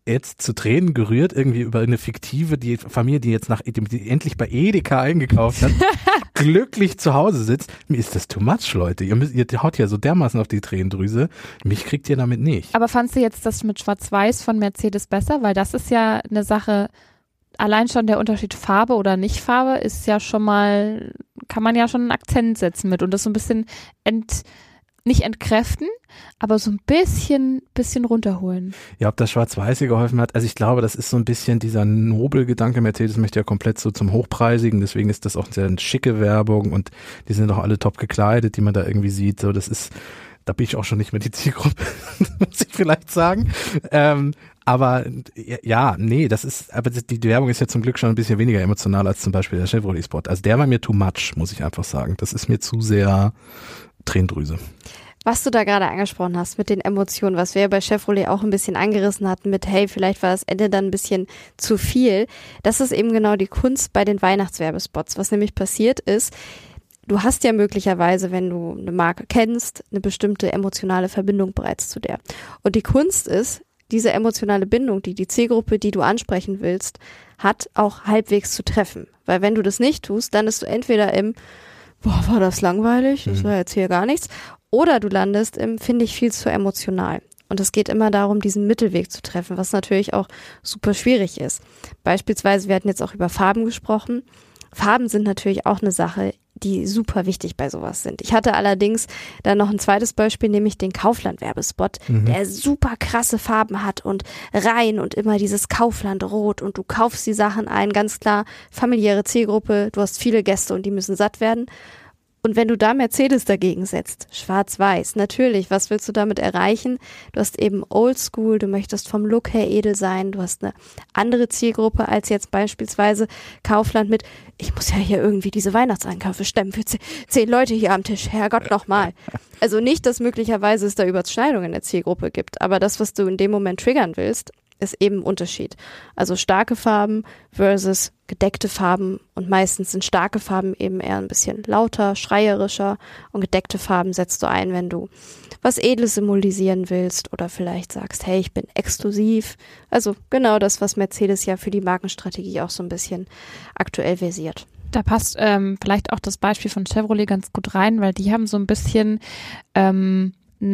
jetzt zu Tränen gerührt, irgendwie über eine fiktive die Familie, die jetzt nach die endlich bei Edeka eingekauft hat, glücklich zu Hause sitzt. Mir ist das too much, Leute. Ihr, müsst, ihr haut ja so dermaßen auf die Tränendrüse. Mich kriegt ihr damit nicht. Aber fandst du jetzt das mit Schwarz-Weiß von Mercedes besser? Weil das ist ja eine Sache, allein schon der Unterschied Farbe oder Nicht-Farbe ist ja schon mal, kann man ja schon einen Akzent setzen mit und das so ein bisschen ent nicht entkräften, aber so ein bisschen, bisschen runterholen. Ja, ob das Schwarz-Weiße geholfen hat, also ich glaube, das ist so ein bisschen dieser Nobelgedanke. Mercedes möchte ja komplett so zum Hochpreisigen, deswegen ist das auch sehr eine schicke Werbung und die sind auch alle top gekleidet, die man da irgendwie sieht. So, das ist, da bin ich auch schon nicht mehr die Zielgruppe, muss ich vielleicht sagen. Ähm, aber ja, nee, das ist, aber die Werbung ist ja zum Glück schon ein bisschen weniger emotional als zum Beispiel der Chevrolet-Spot. Also der war mir too much, muss ich einfach sagen. Das ist mir zu sehr Tränendrüse. Was du da gerade angesprochen hast mit den Emotionen, was wir ja bei Chevrolet auch ein bisschen angerissen hatten mit, hey, vielleicht war das Ende dann ein bisschen zu viel. Das ist eben genau die Kunst bei den Weihnachtswerbespots. Was nämlich passiert ist, du hast ja möglicherweise, wenn du eine Marke kennst, eine bestimmte emotionale Verbindung bereits zu der. Und die Kunst ist, diese emotionale Bindung, die die Zielgruppe, die du ansprechen willst, hat, auch halbwegs zu treffen. Weil wenn du das nicht tust, dann bist du entweder im boah, war das langweilig, das war jetzt hier gar nichts. Oder du landest im, finde ich, viel zu emotional. Und es geht immer darum, diesen Mittelweg zu treffen, was natürlich auch super schwierig ist. Beispielsweise, wir hatten jetzt auch über Farben gesprochen. Farben sind natürlich auch eine Sache, die super wichtig bei sowas sind. Ich hatte allerdings dann noch ein zweites Beispiel, nämlich den Kaufland-Werbespot, mhm. der super krasse Farben hat und rein und immer dieses Kaufland-Rot und du kaufst die Sachen ein, ganz klar familiäre Zielgruppe, du hast viele Gäste und die müssen satt werden. Und wenn du da Mercedes dagegen setzt, schwarz-weiß, natürlich, was willst du damit erreichen? Du hast eben Oldschool, du möchtest vom Look her edel sein, du hast eine andere Zielgruppe als jetzt beispielsweise Kaufland mit, ich muss ja hier irgendwie diese Weihnachtseinkäufe stemmen für zehn, zehn Leute hier am Tisch, Herrgott nochmal. Also nicht, dass möglicherweise es da Überschneidungen in der Zielgruppe gibt, aber das, was du in dem Moment triggern willst, ist eben ein Unterschied. Also starke Farben versus gedeckte Farben und meistens sind starke Farben eben eher ein bisschen lauter, schreierischer und gedeckte Farben setzt du ein, wenn du was Edles symbolisieren willst oder vielleicht sagst, hey, ich bin exklusiv. Also genau das, was Mercedes ja für die Markenstrategie auch so ein bisschen aktuell versiert. Da passt ähm, vielleicht auch das Beispiel von Chevrolet ganz gut rein, weil die haben so ein bisschen ähm,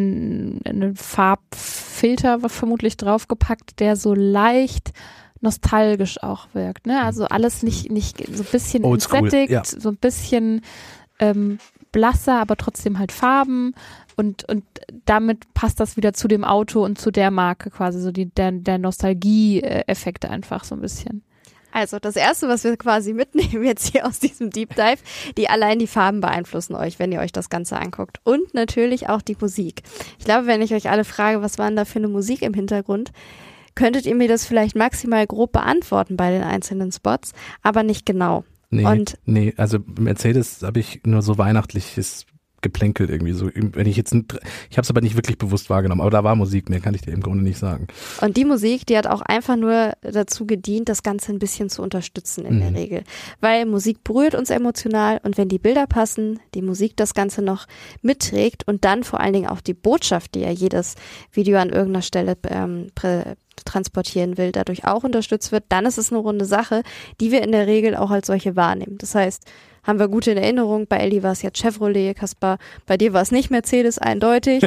einen Farbfilter vermutlich draufgepackt, der so leicht nostalgisch auch wirkt, ne? Also alles nicht nicht so ein bisschen entsättigt, ja. So ein bisschen ähm, blasser, aber trotzdem halt Farben und und damit passt das wieder zu dem Auto und zu der Marke quasi, so die der, der Nostalgie-Effekte einfach so ein bisschen. Also das Erste, was wir quasi mitnehmen jetzt hier aus diesem Deep Dive, die allein die Farben beeinflussen euch, wenn ihr euch das Ganze anguckt. Und natürlich auch die Musik. Ich glaube, wenn ich euch alle frage, was war denn da für eine Musik im Hintergrund, könntet ihr mir das vielleicht maximal grob beantworten bei den einzelnen Spots, aber nicht genau. Nee, Und nee, also Mercedes habe ich nur so weihnachtliches Geplänkel irgendwie so. Wenn ich jetzt, ich habe es aber nicht wirklich bewusst wahrgenommen, aber da war Musik, mehr kann ich dir im Grunde nicht sagen. Und die Musik, die hat auch einfach nur dazu gedient, das Ganze ein bisschen zu unterstützen in mhm. der Regel. Weil Musik berührt uns emotional und wenn die Bilder passen, die Musik das Ganze noch mitträgt und dann vor allen Dingen auch die Botschaft, die ja jedes Video an irgendeiner Stelle ähm, prä- transportieren will, dadurch auch unterstützt wird, dann ist es eine runde Sache, die wir in der Regel auch als solche wahrnehmen. Das heißt, haben wir gute in Erinnerung, bei Elli war es jetzt Chevrolet, Kaspar, bei dir war es nicht Mercedes, eindeutig.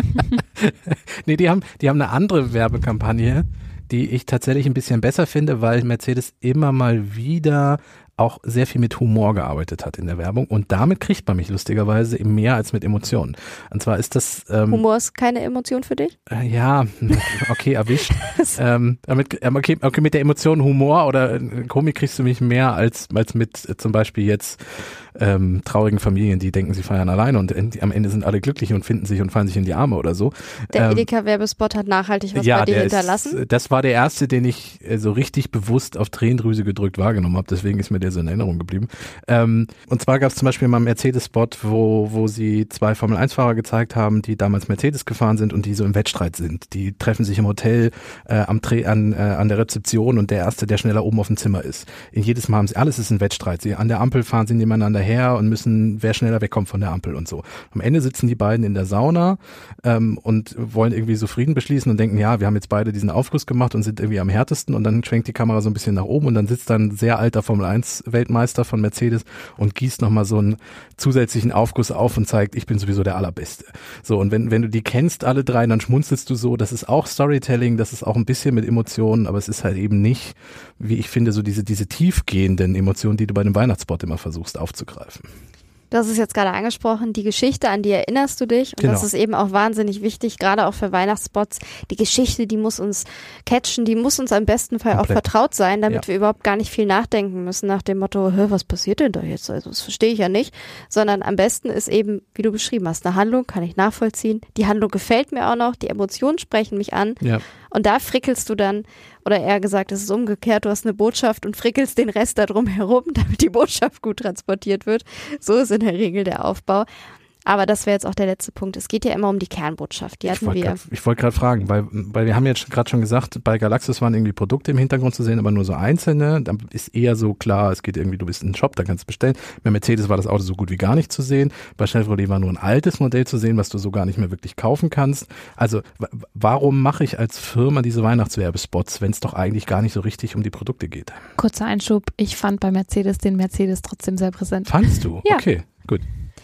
Nee, die haben, die haben eine andere Werbekampagne, die ich tatsächlich ein bisschen besser finde, weil Mercedes immer mal wieder auch sehr viel mit Humor gearbeitet hat in der Werbung und damit kriegt man mich lustigerweise eben mehr als mit Emotionen. Und zwar ist das... Ähm, Humor ist keine Emotion für dich? Äh, ja, okay, erwischt. ähm, damit, okay, okay, mit der Emotion Humor oder Komik kriegst du mich mehr als, als mit äh, zum Beispiel jetzt ähm, traurigen Familien, die denken, sie feiern alleine und in, am Ende sind alle glücklich und finden sich und fallen sich in die Arme oder so. Der ähm, Edeka-Werbespot hat nachhaltig was ja, bei dir der hinterlassen? Ist, das war der erste, den ich äh, so richtig bewusst auf Tränendrüse gedrückt wahrgenommen habe, deswegen ist mir der so in Erinnerung geblieben. Ähm, und zwar gab es zum Beispiel mal einen Mercedes-Spot, wo, wo sie zwei Formel eins Fahrer gezeigt haben, die damals Mercedes gefahren sind und die so im Wettstreit sind. Die treffen sich im Hotel äh, am Dreh, an, äh, an der Rezeption und der Erste, der schneller oben auf dem Zimmer ist. In jedes Mal haben sie, alles ist ein Wettstreit. Sie, an der Ampel fahren sie nebeneinander hinterher und müssen, wer schneller wegkommt von der Ampel und so. Am Ende sitzen die beiden in der Sauna ähm, und wollen irgendwie so Frieden beschließen und denken, ja, wir haben jetzt beide diesen Aufguss gemacht und sind irgendwie am härtesten und dann schwenkt die Kamera so ein bisschen nach oben und dann sitzt dann ein sehr alter Formel eins Weltmeister von Mercedes und gießt nochmal so einen zusätzlichen Aufguss auf und zeigt, ich bin sowieso der Allerbeste. So, und wenn wenn du die kennst, alle drei, dann schmunzelst du so, das ist auch Storytelling, das ist auch ein bisschen mit Emotionen, aber es ist halt eben nicht, wie ich finde, so diese diese tiefgehenden Emotionen, die du bei einem Weihnachtsspot immer versuchst aufzugreifen. Du hast es jetzt gerade angesprochen, die Geschichte, an die erinnerst du dich und Genau. das ist eben auch wahnsinnig wichtig, gerade auch für Weihnachtsspots. Die Geschichte, die muss uns catchen, die muss uns am besten Fall Komplett. auch vertraut sein, damit Ja. wir überhaupt gar nicht viel nachdenken müssen nach dem Motto, hä, was passiert denn da jetzt? Also das verstehe ich ja nicht, sondern am besten ist eben, wie du beschrieben hast, eine Handlung, kann ich nachvollziehen. Die Handlung gefällt mir auch noch, die Emotionen sprechen mich an Ja. und da frickelst du dann, oder eher gesagt, es ist umgekehrt, du hast eine Botschaft und frickelst den Rest da drum herum, damit die Botschaft gut transportiert wird. So ist in der Regel der Aufbau. Aber das wäre jetzt auch der letzte Punkt. Es geht ja immer um die Kernbotschaft. Die Ich hatten wollte wir. grad- ich wollte gerade fragen, weil, weil wir haben jetzt gerade schon gesagt, bei Galaxus waren irgendwie Produkte im Hintergrund zu sehen, aber nur so einzelne. Dann ist eher so klar, es geht irgendwie, du bist in den Shop, da kannst du bestellen. Bei Mercedes war das Auto so gut wie gar nicht zu sehen. Bei Chevrolet war nur ein altes Modell zu sehen, was du so gar nicht mehr wirklich kaufen kannst. Also w- warum mache ich als Firma diese Weihnachtswerbespots, wenn es doch eigentlich gar nicht so richtig um die Produkte geht? Kurzer Einschub, ich fand bei Mercedes den Mercedes trotzdem sehr präsent. Fandst du? Ja. Okay, gut.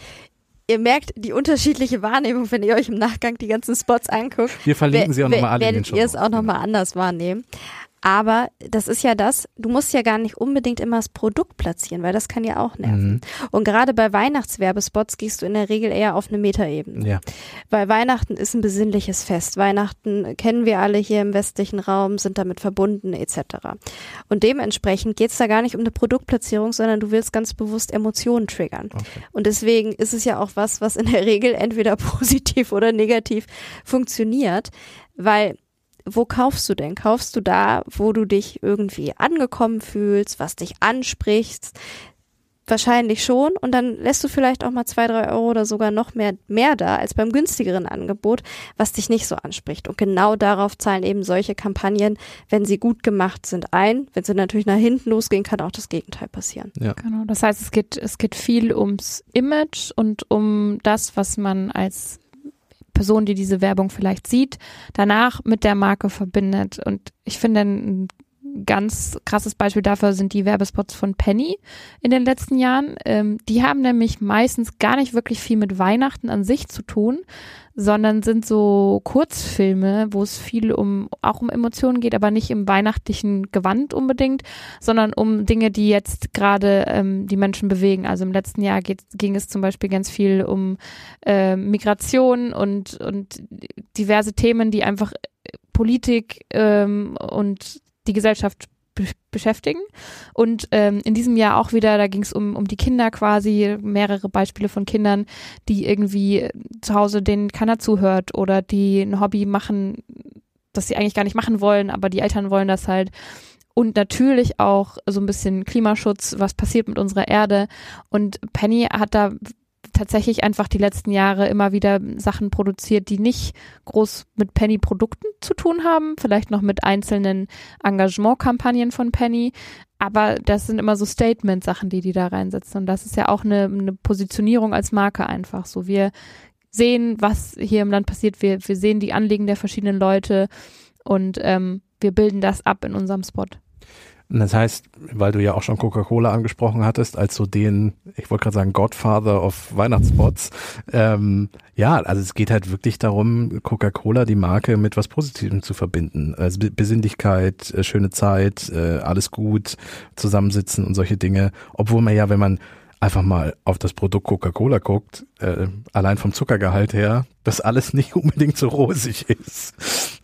Ihr merkt die unterschiedliche Wahrnehmung, wenn ihr euch im Nachgang die ganzen Spots anguckt. Wir verlinken wer- sie auch nochmal alle in den werdet Show. ihr es auch nochmal anders wahrnehmen. Aber das ist ja das, du musst ja gar nicht unbedingt immer das Produkt platzieren, weil das kann ja auch nerven. Mhm. Und gerade bei Weihnachtswerbespots gehst du in der Regel eher auf eine Metaebene. Ja. Weil Weihnachten ist ein besinnliches Fest. Weihnachten kennen wir alle hier im westlichen Raum, sind damit verbunden et cetera. Und dementsprechend geht es da gar nicht um eine Produktplatzierung, sondern du willst ganz bewusst Emotionen triggern. Okay. Und deswegen ist es ja auch was, was in der Regel entweder positiv oder negativ funktioniert, weil wo kaufst du denn? Kaufst du da, wo du dich irgendwie angekommen fühlst, was dich anspricht? Wahrscheinlich schon. Und dann lässt du vielleicht auch mal zwei, drei Euro oder sogar noch mehr, mehr da als beim günstigeren Angebot, was dich nicht so anspricht. Und genau darauf zahlen eben solche Kampagnen, wenn sie gut gemacht sind, ein. Wenn sie natürlich nach hinten losgehen, kann auch das Gegenteil passieren. Ja. Genau, das heißt, es geht, es geht viel ums Image und um das, was man als Person, die diese Werbung vielleicht sieht, danach mit der Marke verbindet. Und ich finde, ein ganz krasses Beispiel dafür sind die Werbespots von Penny in den letzten Jahren. Ähm, die haben nämlich meistens gar nicht wirklich viel mit Weihnachten an sich zu tun, sondern sind so Kurzfilme, wo es viel um auch um Emotionen geht, aber nicht im weihnachtlichen Gewand unbedingt, sondern um Dinge, die jetzt gerade ähm, die Menschen bewegen. Also im letzten Jahr geht, ging es zum Beispiel ganz viel um äh, Migration und, und diverse Themen, die einfach Politik ähm, und die Gesellschaft be- beschäftigen. Und ähm, in diesem Jahr auch wieder, da ging es um, um die Kinder quasi, mehrere Beispiele von Kindern, die irgendwie zu Hause denen keiner zuhört oder die ein Hobby machen, das sie eigentlich gar nicht machen wollen, aber die Eltern wollen das halt. Und natürlich auch so ein bisschen Klimaschutz, was passiert mit unserer Erde. Und Penny hat da tatsächlich einfach die letzten Jahre immer wieder Sachen produziert, die nicht groß mit Penny-Produkten zu tun haben, vielleicht noch mit einzelnen Engagementkampagnen von Penny, aber das sind immer so Statement-Sachen, die die da reinsetzen und das ist ja auch eine, eine Positionierung als Marke einfach so. Wir sehen, was hier im Land passiert, wir, wir sehen die Anliegen der verschiedenen Leute und ähm, wir bilden das ab in unserem Spot. Und das heißt, weil du ja auch schon Coca-Cola angesprochen hattest, als so den, ich wollte gerade sagen, Godfather of Weihnachtsspots, ähm, ja, also es geht halt wirklich darum, Coca-Cola, die Marke, mit was Positivem zu verbinden. Also Be- Besinnlichkeit, äh, schöne Zeit, äh, alles gut, zusammensitzen und solche Dinge. Obwohl man ja, wenn man einfach mal auf das Produkt Coca-Cola guckt, äh, allein vom Zuckergehalt her, das alles nicht unbedingt so rosig ist.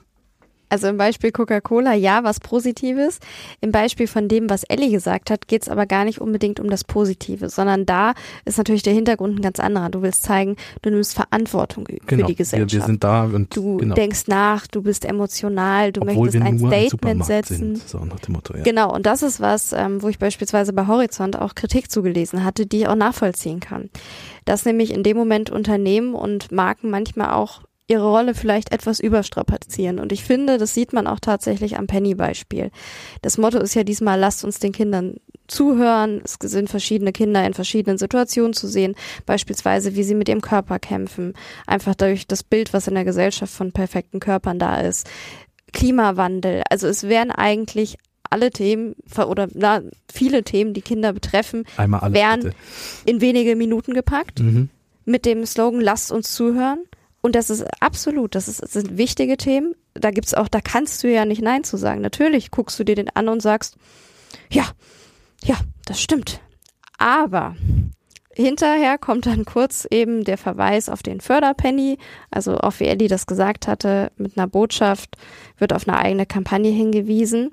Also im Beispiel Coca-Cola, ja, was Positives. Im Beispiel von dem, was Elli gesagt hat, geht es aber gar nicht unbedingt um das Positive, sondern da ist natürlich der Hintergrund ein ganz anderer. Du willst zeigen, du nimmst Verantwortung für Genau, die Gesellschaft. wir, wir sind da und du genau. denkst nach, du bist emotional, du Obwohl möchtest wir ein nur ein Statement Supermarkt setzen. Sind, so nach dem Motto, ja. Genau, und das ist was, ähm, wo ich beispielsweise bei Horizont auch Kritik zugelesen hatte, die ich auch nachvollziehen kann. Dass nämlich in dem Moment Unternehmen und Marken manchmal auch ihre Rolle vielleicht etwas überstrapazieren. Und ich finde, das sieht man auch tatsächlich am Penny-Beispiel. Das Motto ist ja diesmal, lasst uns den Kindern zuhören. Es sind verschiedene Kinder in verschiedenen Situationen zu sehen, beispielsweise wie sie mit ihrem Körper kämpfen, einfach durch das Bild, was in der Gesellschaft von perfekten Körpern da ist. Klimawandel, also es wären eigentlich alle Themen oder na, viele Themen, die Kinder betreffen, Einmal alles, wären bitte. in wenige Minuten gepackt Mhm. mit dem Slogan, lasst uns zuhören. Und das ist absolut, das, ist, das sind wichtige Themen. Da gibt's auch, da kannst du ja nicht Nein zu sagen. Natürlich guckst du dir den an und sagst, ja, ja, das stimmt. Aber hinterher kommt dann kurz eben der Verweis auf den Förderpenny, also auch wie Elli das gesagt hatte, mit einer Botschaft wird auf eine eigene Kampagne hingewiesen.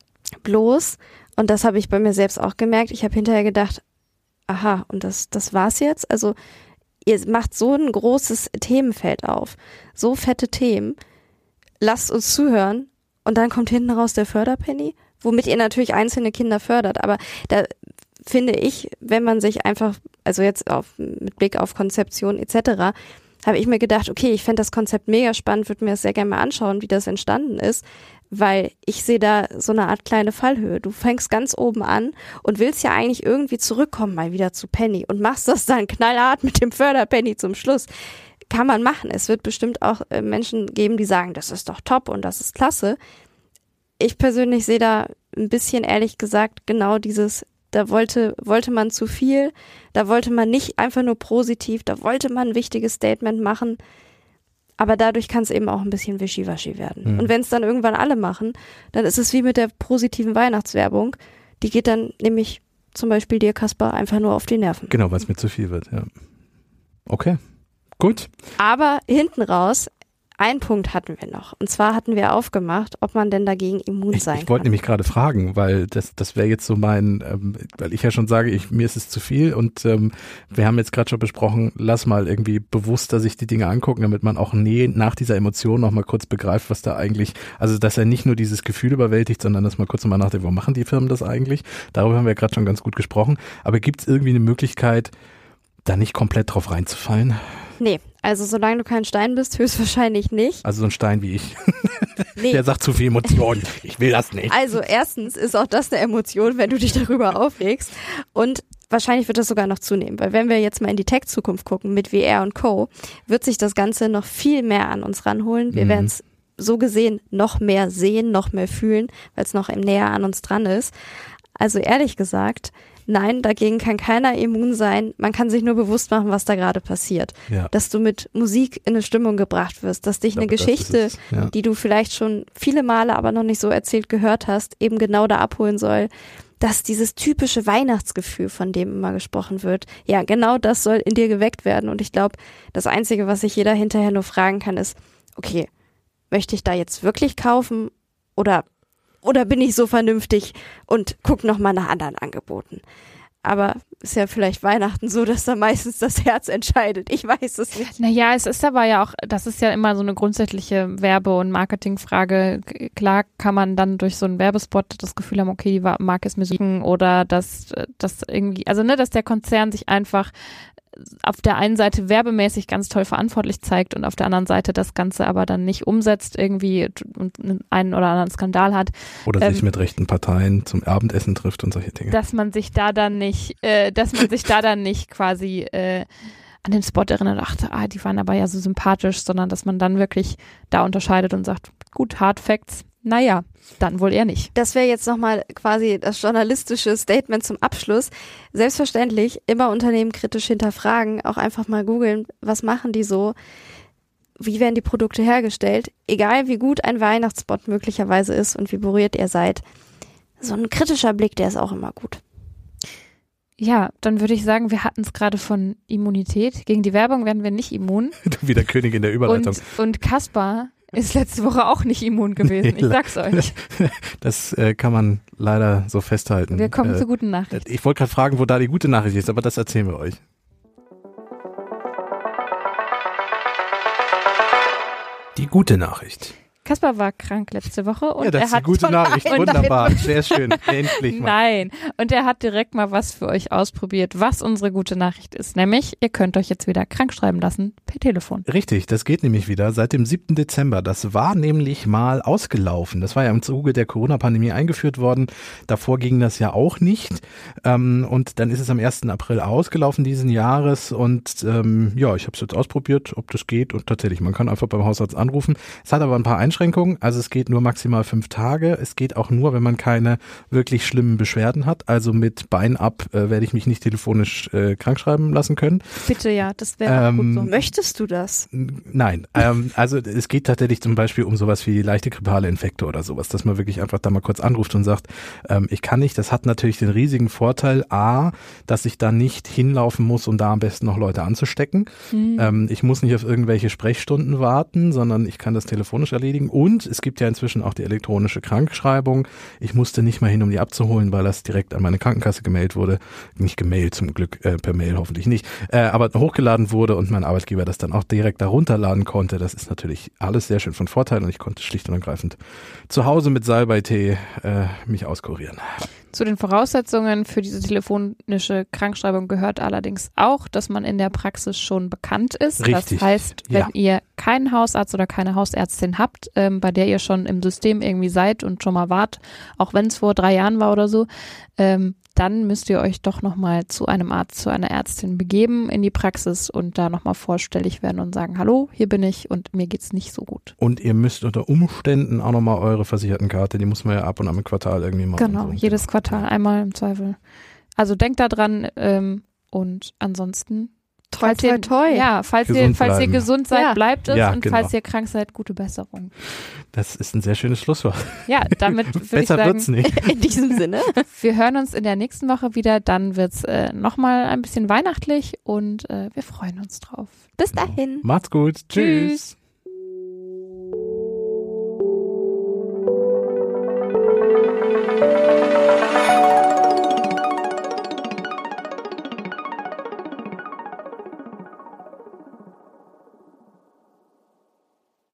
Bloß, und das habe ich bei mir selbst auch gemerkt, ich habe hinterher gedacht, aha, und das, das war's jetzt? Also ihr macht so ein großes Themenfeld auf, so fette Themen, lasst uns zuhören und dann kommt hinten raus der Förderpenny, womit ihr natürlich einzelne Kinder fördert, aber da finde ich, wenn man sich einfach, also jetzt auf, mit Blick auf Konzeption et cetera, habe ich mir gedacht, okay, ich fände das Konzept mega spannend, würde mir das sehr gerne mal anschauen, wie das entstanden ist, weil ich sehe da so eine Art kleine Fallhöhe. Du fängst ganz oben an und willst ja eigentlich irgendwie zurückkommen mal wieder zu Penny und machst das dann knallhart mit dem Förderpenny zum Schluss. Kann man machen. Es wird bestimmt auch äh, Menschen geben, die sagen, das ist doch top und das ist klasse. Ich persönlich sehe da ein bisschen, ehrlich gesagt, genau dieses, da wollte, wollte man zu viel, da wollte man nicht einfach nur positiv, da wollte man ein wichtiges Statement machen. Aber dadurch kann es eben auch ein bisschen wischiwaschi werden. Mhm. Und wenn es dann irgendwann alle machen, dann ist es wie mit der positiven Weihnachtswerbung. Die geht dann nämlich zum Beispiel dir, Kaspar, einfach nur auf die Nerven. Genau, weil es mir zu viel wird, ja. Okay, gut. Aber hinten raus, einen Punkt hatten wir noch. Und zwar hatten wir aufgemacht, ob man denn dagegen immun Ich, sein ich wollte kann. nämlich gerade fragen, weil das das wäre jetzt so mein, ähm, weil ich ja schon sage, ich, mir ist es zu viel und ähm, wir haben jetzt gerade schon besprochen, lass mal irgendwie bewusster sich die Dinge angucken, damit man auch nee, nach dieser Emotion noch mal kurz begreift, was da eigentlich, also dass er nicht nur dieses Gefühl überwältigt, sondern dass man kurz nochmal nachdenkt, warum machen die Firmen das eigentlich? Darüber haben wir gerade schon ganz gut gesprochen. Aber gibt es irgendwie eine Möglichkeit, da nicht komplett drauf reinzufallen? Nee, also solange du kein Stein bist, höchstwahrscheinlich nicht. Also so ein Stein wie ich. Nee. Der sagt zu viel Emotionen. Ich will das nicht. Also erstens ist auch das eine Emotion, wenn du dich darüber aufregst. Und wahrscheinlich wird das sogar noch zunehmen. Weil wenn wir jetzt mal in die Tech-Zukunft gucken mit V R und Co., wird sich das Ganze noch viel mehr an uns ranholen. Wir mhm. werden es so gesehen noch mehr sehen, noch mehr fühlen, weil es noch näher an uns dran ist. Also ehrlich gesagt, nein, dagegen kann keiner immun sein. Man kann sich nur bewusst machen, was da gerade passiert. Ja. Dass du mit Musik in eine Stimmung gebracht wirst, dass dich glaube, eine Geschichte, ja. die du vielleicht schon viele Male, aber noch nicht so erzählt gehört hast, eben genau da abholen soll. Dass dieses typische Weihnachtsgefühl, von dem immer gesprochen wird, ja, genau das soll in dir geweckt werden. Und ich glaube, das Einzige, was sich jeder hinterher nur fragen kann, ist, okay, möchte ich da jetzt wirklich kaufen oder Oder bin ich so vernünftig und guck noch mal nach anderen Angeboten? Aber ist ja vielleicht Weihnachten so, dass da meistens das Herz entscheidet. Ich weiß es nicht. Naja, es ist aber ja auch, das ist ja immer so eine grundsätzliche Werbe- und Marketingfrage. Klar kann man dann durch so einen Werbespot das Gefühl haben, okay, die Marke ist mir so, oder dass das irgendwie, also ne, dass der Konzern sich einfach auf der einen Seite werbemäßig ganz toll verantwortlich zeigt und auf der anderen Seite das Ganze aber dann nicht umsetzt irgendwie und einen oder anderen Skandal hat. Oder ähm, sich mit rechten Parteien zum Abendessen trifft und solche Dinge. Dass man sich da dann nicht, äh, dass man sich da dann nicht quasi äh, an den Spot erinnert, ach, ah, die waren aber ja so sympathisch, sondern dass man dann wirklich da unterscheidet und sagt, gut, Hard Facts, naja, dann wohl eher nicht. Das wäre jetzt nochmal quasi das journalistische Statement zum Abschluss. Selbstverständlich immer Unternehmen kritisch hinterfragen, auch einfach mal googeln, was machen die so, wie werden die Produkte hergestellt, egal wie gut ein Weihnachtsspot möglicherweise ist und wie berührt ihr seid. So ein kritischer Blick, der ist auch immer gut. Ja, dann würde ich sagen, wir hatten es gerade von Immunität. Gegen die Werbung werden wir nicht immun. Du wieder Königin der Überleitung. Und, und Kaspar ist letzte Woche auch nicht immun gewesen, ich sag's euch. Das äh, kann man leider so festhalten. Wir kommen äh, zur guten Nachricht. Ich wollte gerade fragen, wo da die gute Nachricht ist, aber das erzählen wir euch. Die gute Nachricht. Kaspar war krank letzte Woche und ja, das er ist hat eine gute von Nachricht. allen- Wunderbar, sehr schön. Endlich mal. Nein, und er hat direkt mal was für euch ausprobiert, was unsere gute Nachricht ist. Nämlich, ihr könnt euch jetzt wieder krank schreiben lassen per Telefon. Richtig, das geht nämlich wieder seit dem siebten Dezember. Das war nämlich mal ausgelaufen. Das war ja im Zuge der Corona-Pandemie eingeführt worden. Davor ging das ja auch nicht. Ähm, und dann ist es am ersten April ausgelaufen diesen Jahres. Und ähm, ja, ich habe es jetzt ausprobiert, ob das geht. Und tatsächlich, man kann einfach beim Hausarzt anrufen. Es hat aber ein paar Einschränkungen. Also es geht nur maximal fünf Tage. Es geht auch nur, wenn man keine wirklich schlimmen Beschwerden hat. Also mit Bein ab äh, werde ich mich nicht telefonisch äh, krank schreiben lassen können. Bitte ja, das wäre Ähm, gut so. Möchtest du das? Nein, ähm, also es geht tatsächlich zum Beispiel um sowas wie leichte grippale Infekte oder sowas, dass man wirklich einfach da mal kurz anruft und sagt, ähm, ich kann nicht. Das hat natürlich den riesigen Vorteil, a, dass ich da nicht hinlaufen muss, um da am besten noch Leute anzustecken. Mhm. Ähm, ich muss nicht auf irgendwelche Sprechstunden warten, sondern ich kann das telefonisch erledigen. Und es gibt ja inzwischen auch die elektronische Krankschreibung. Ich musste nicht mal hin, um die abzuholen, weil das direkt an meine Krankenkasse gemailt wurde. Nicht gemailt zum Glück, äh, per Mail hoffentlich nicht, äh, aber hochgeladen wurde und mein Arbeitgeber das dann auch direkt da runterladen konnte. Das ist natürlich alles sehr schön von Vorteil und ich konnte schlicht und ergreifend zu Hause mit Salbeitee äh, mich auskurieren. Zu den Voraussetzungen für diese telefonische Krankschreibung gehört allerdings auch, dass man in der Praxis schon bekannt ist. Richtig, Das heißt, wenn ja. ihr keinen Hausarzt oder keine Hausärztin habt, ähm, bei der ihr schon im System irgendwie seid und schon mal wart, auch wenn es vor drei Jahren war oder so, ähm, dann müsst ihr euch doch nochmal zu einem Arzt, zu einer Ärztin begeben in die Praxis und da nochmal vorstellig werden und sagen, hallo, hier bin ich und mir geht's nicht so gut. Und ihr müsst unter Umständen auch nochmal eure Versichertenkarte, die muss man ja ab und an im Quartal irgendwie machen. Genau, so. jedes Quartal einmal im Zweifel. Also denkt da dran ähm, und ansonsten Toi, falls toi, ihr, toi. Ja, falls ihr, Gesund falls ihr bleiben. gesund seid, Ja. bleibt es Ja, und genau. falls ihr krank seid, gute Besserung. Das ist ein sehr schönes Schlusswort. Ja, damit würde ich Besser sagen, wird's nicht. In diesem Sinne. wir hören uns in der nächsten Woche wieder, dann wird's äh, nochmal ein bisschen weihnachtlich und äh, wir freuen uns drauf. Bis dahin. Macht's gut. Tschüss. Tschüss.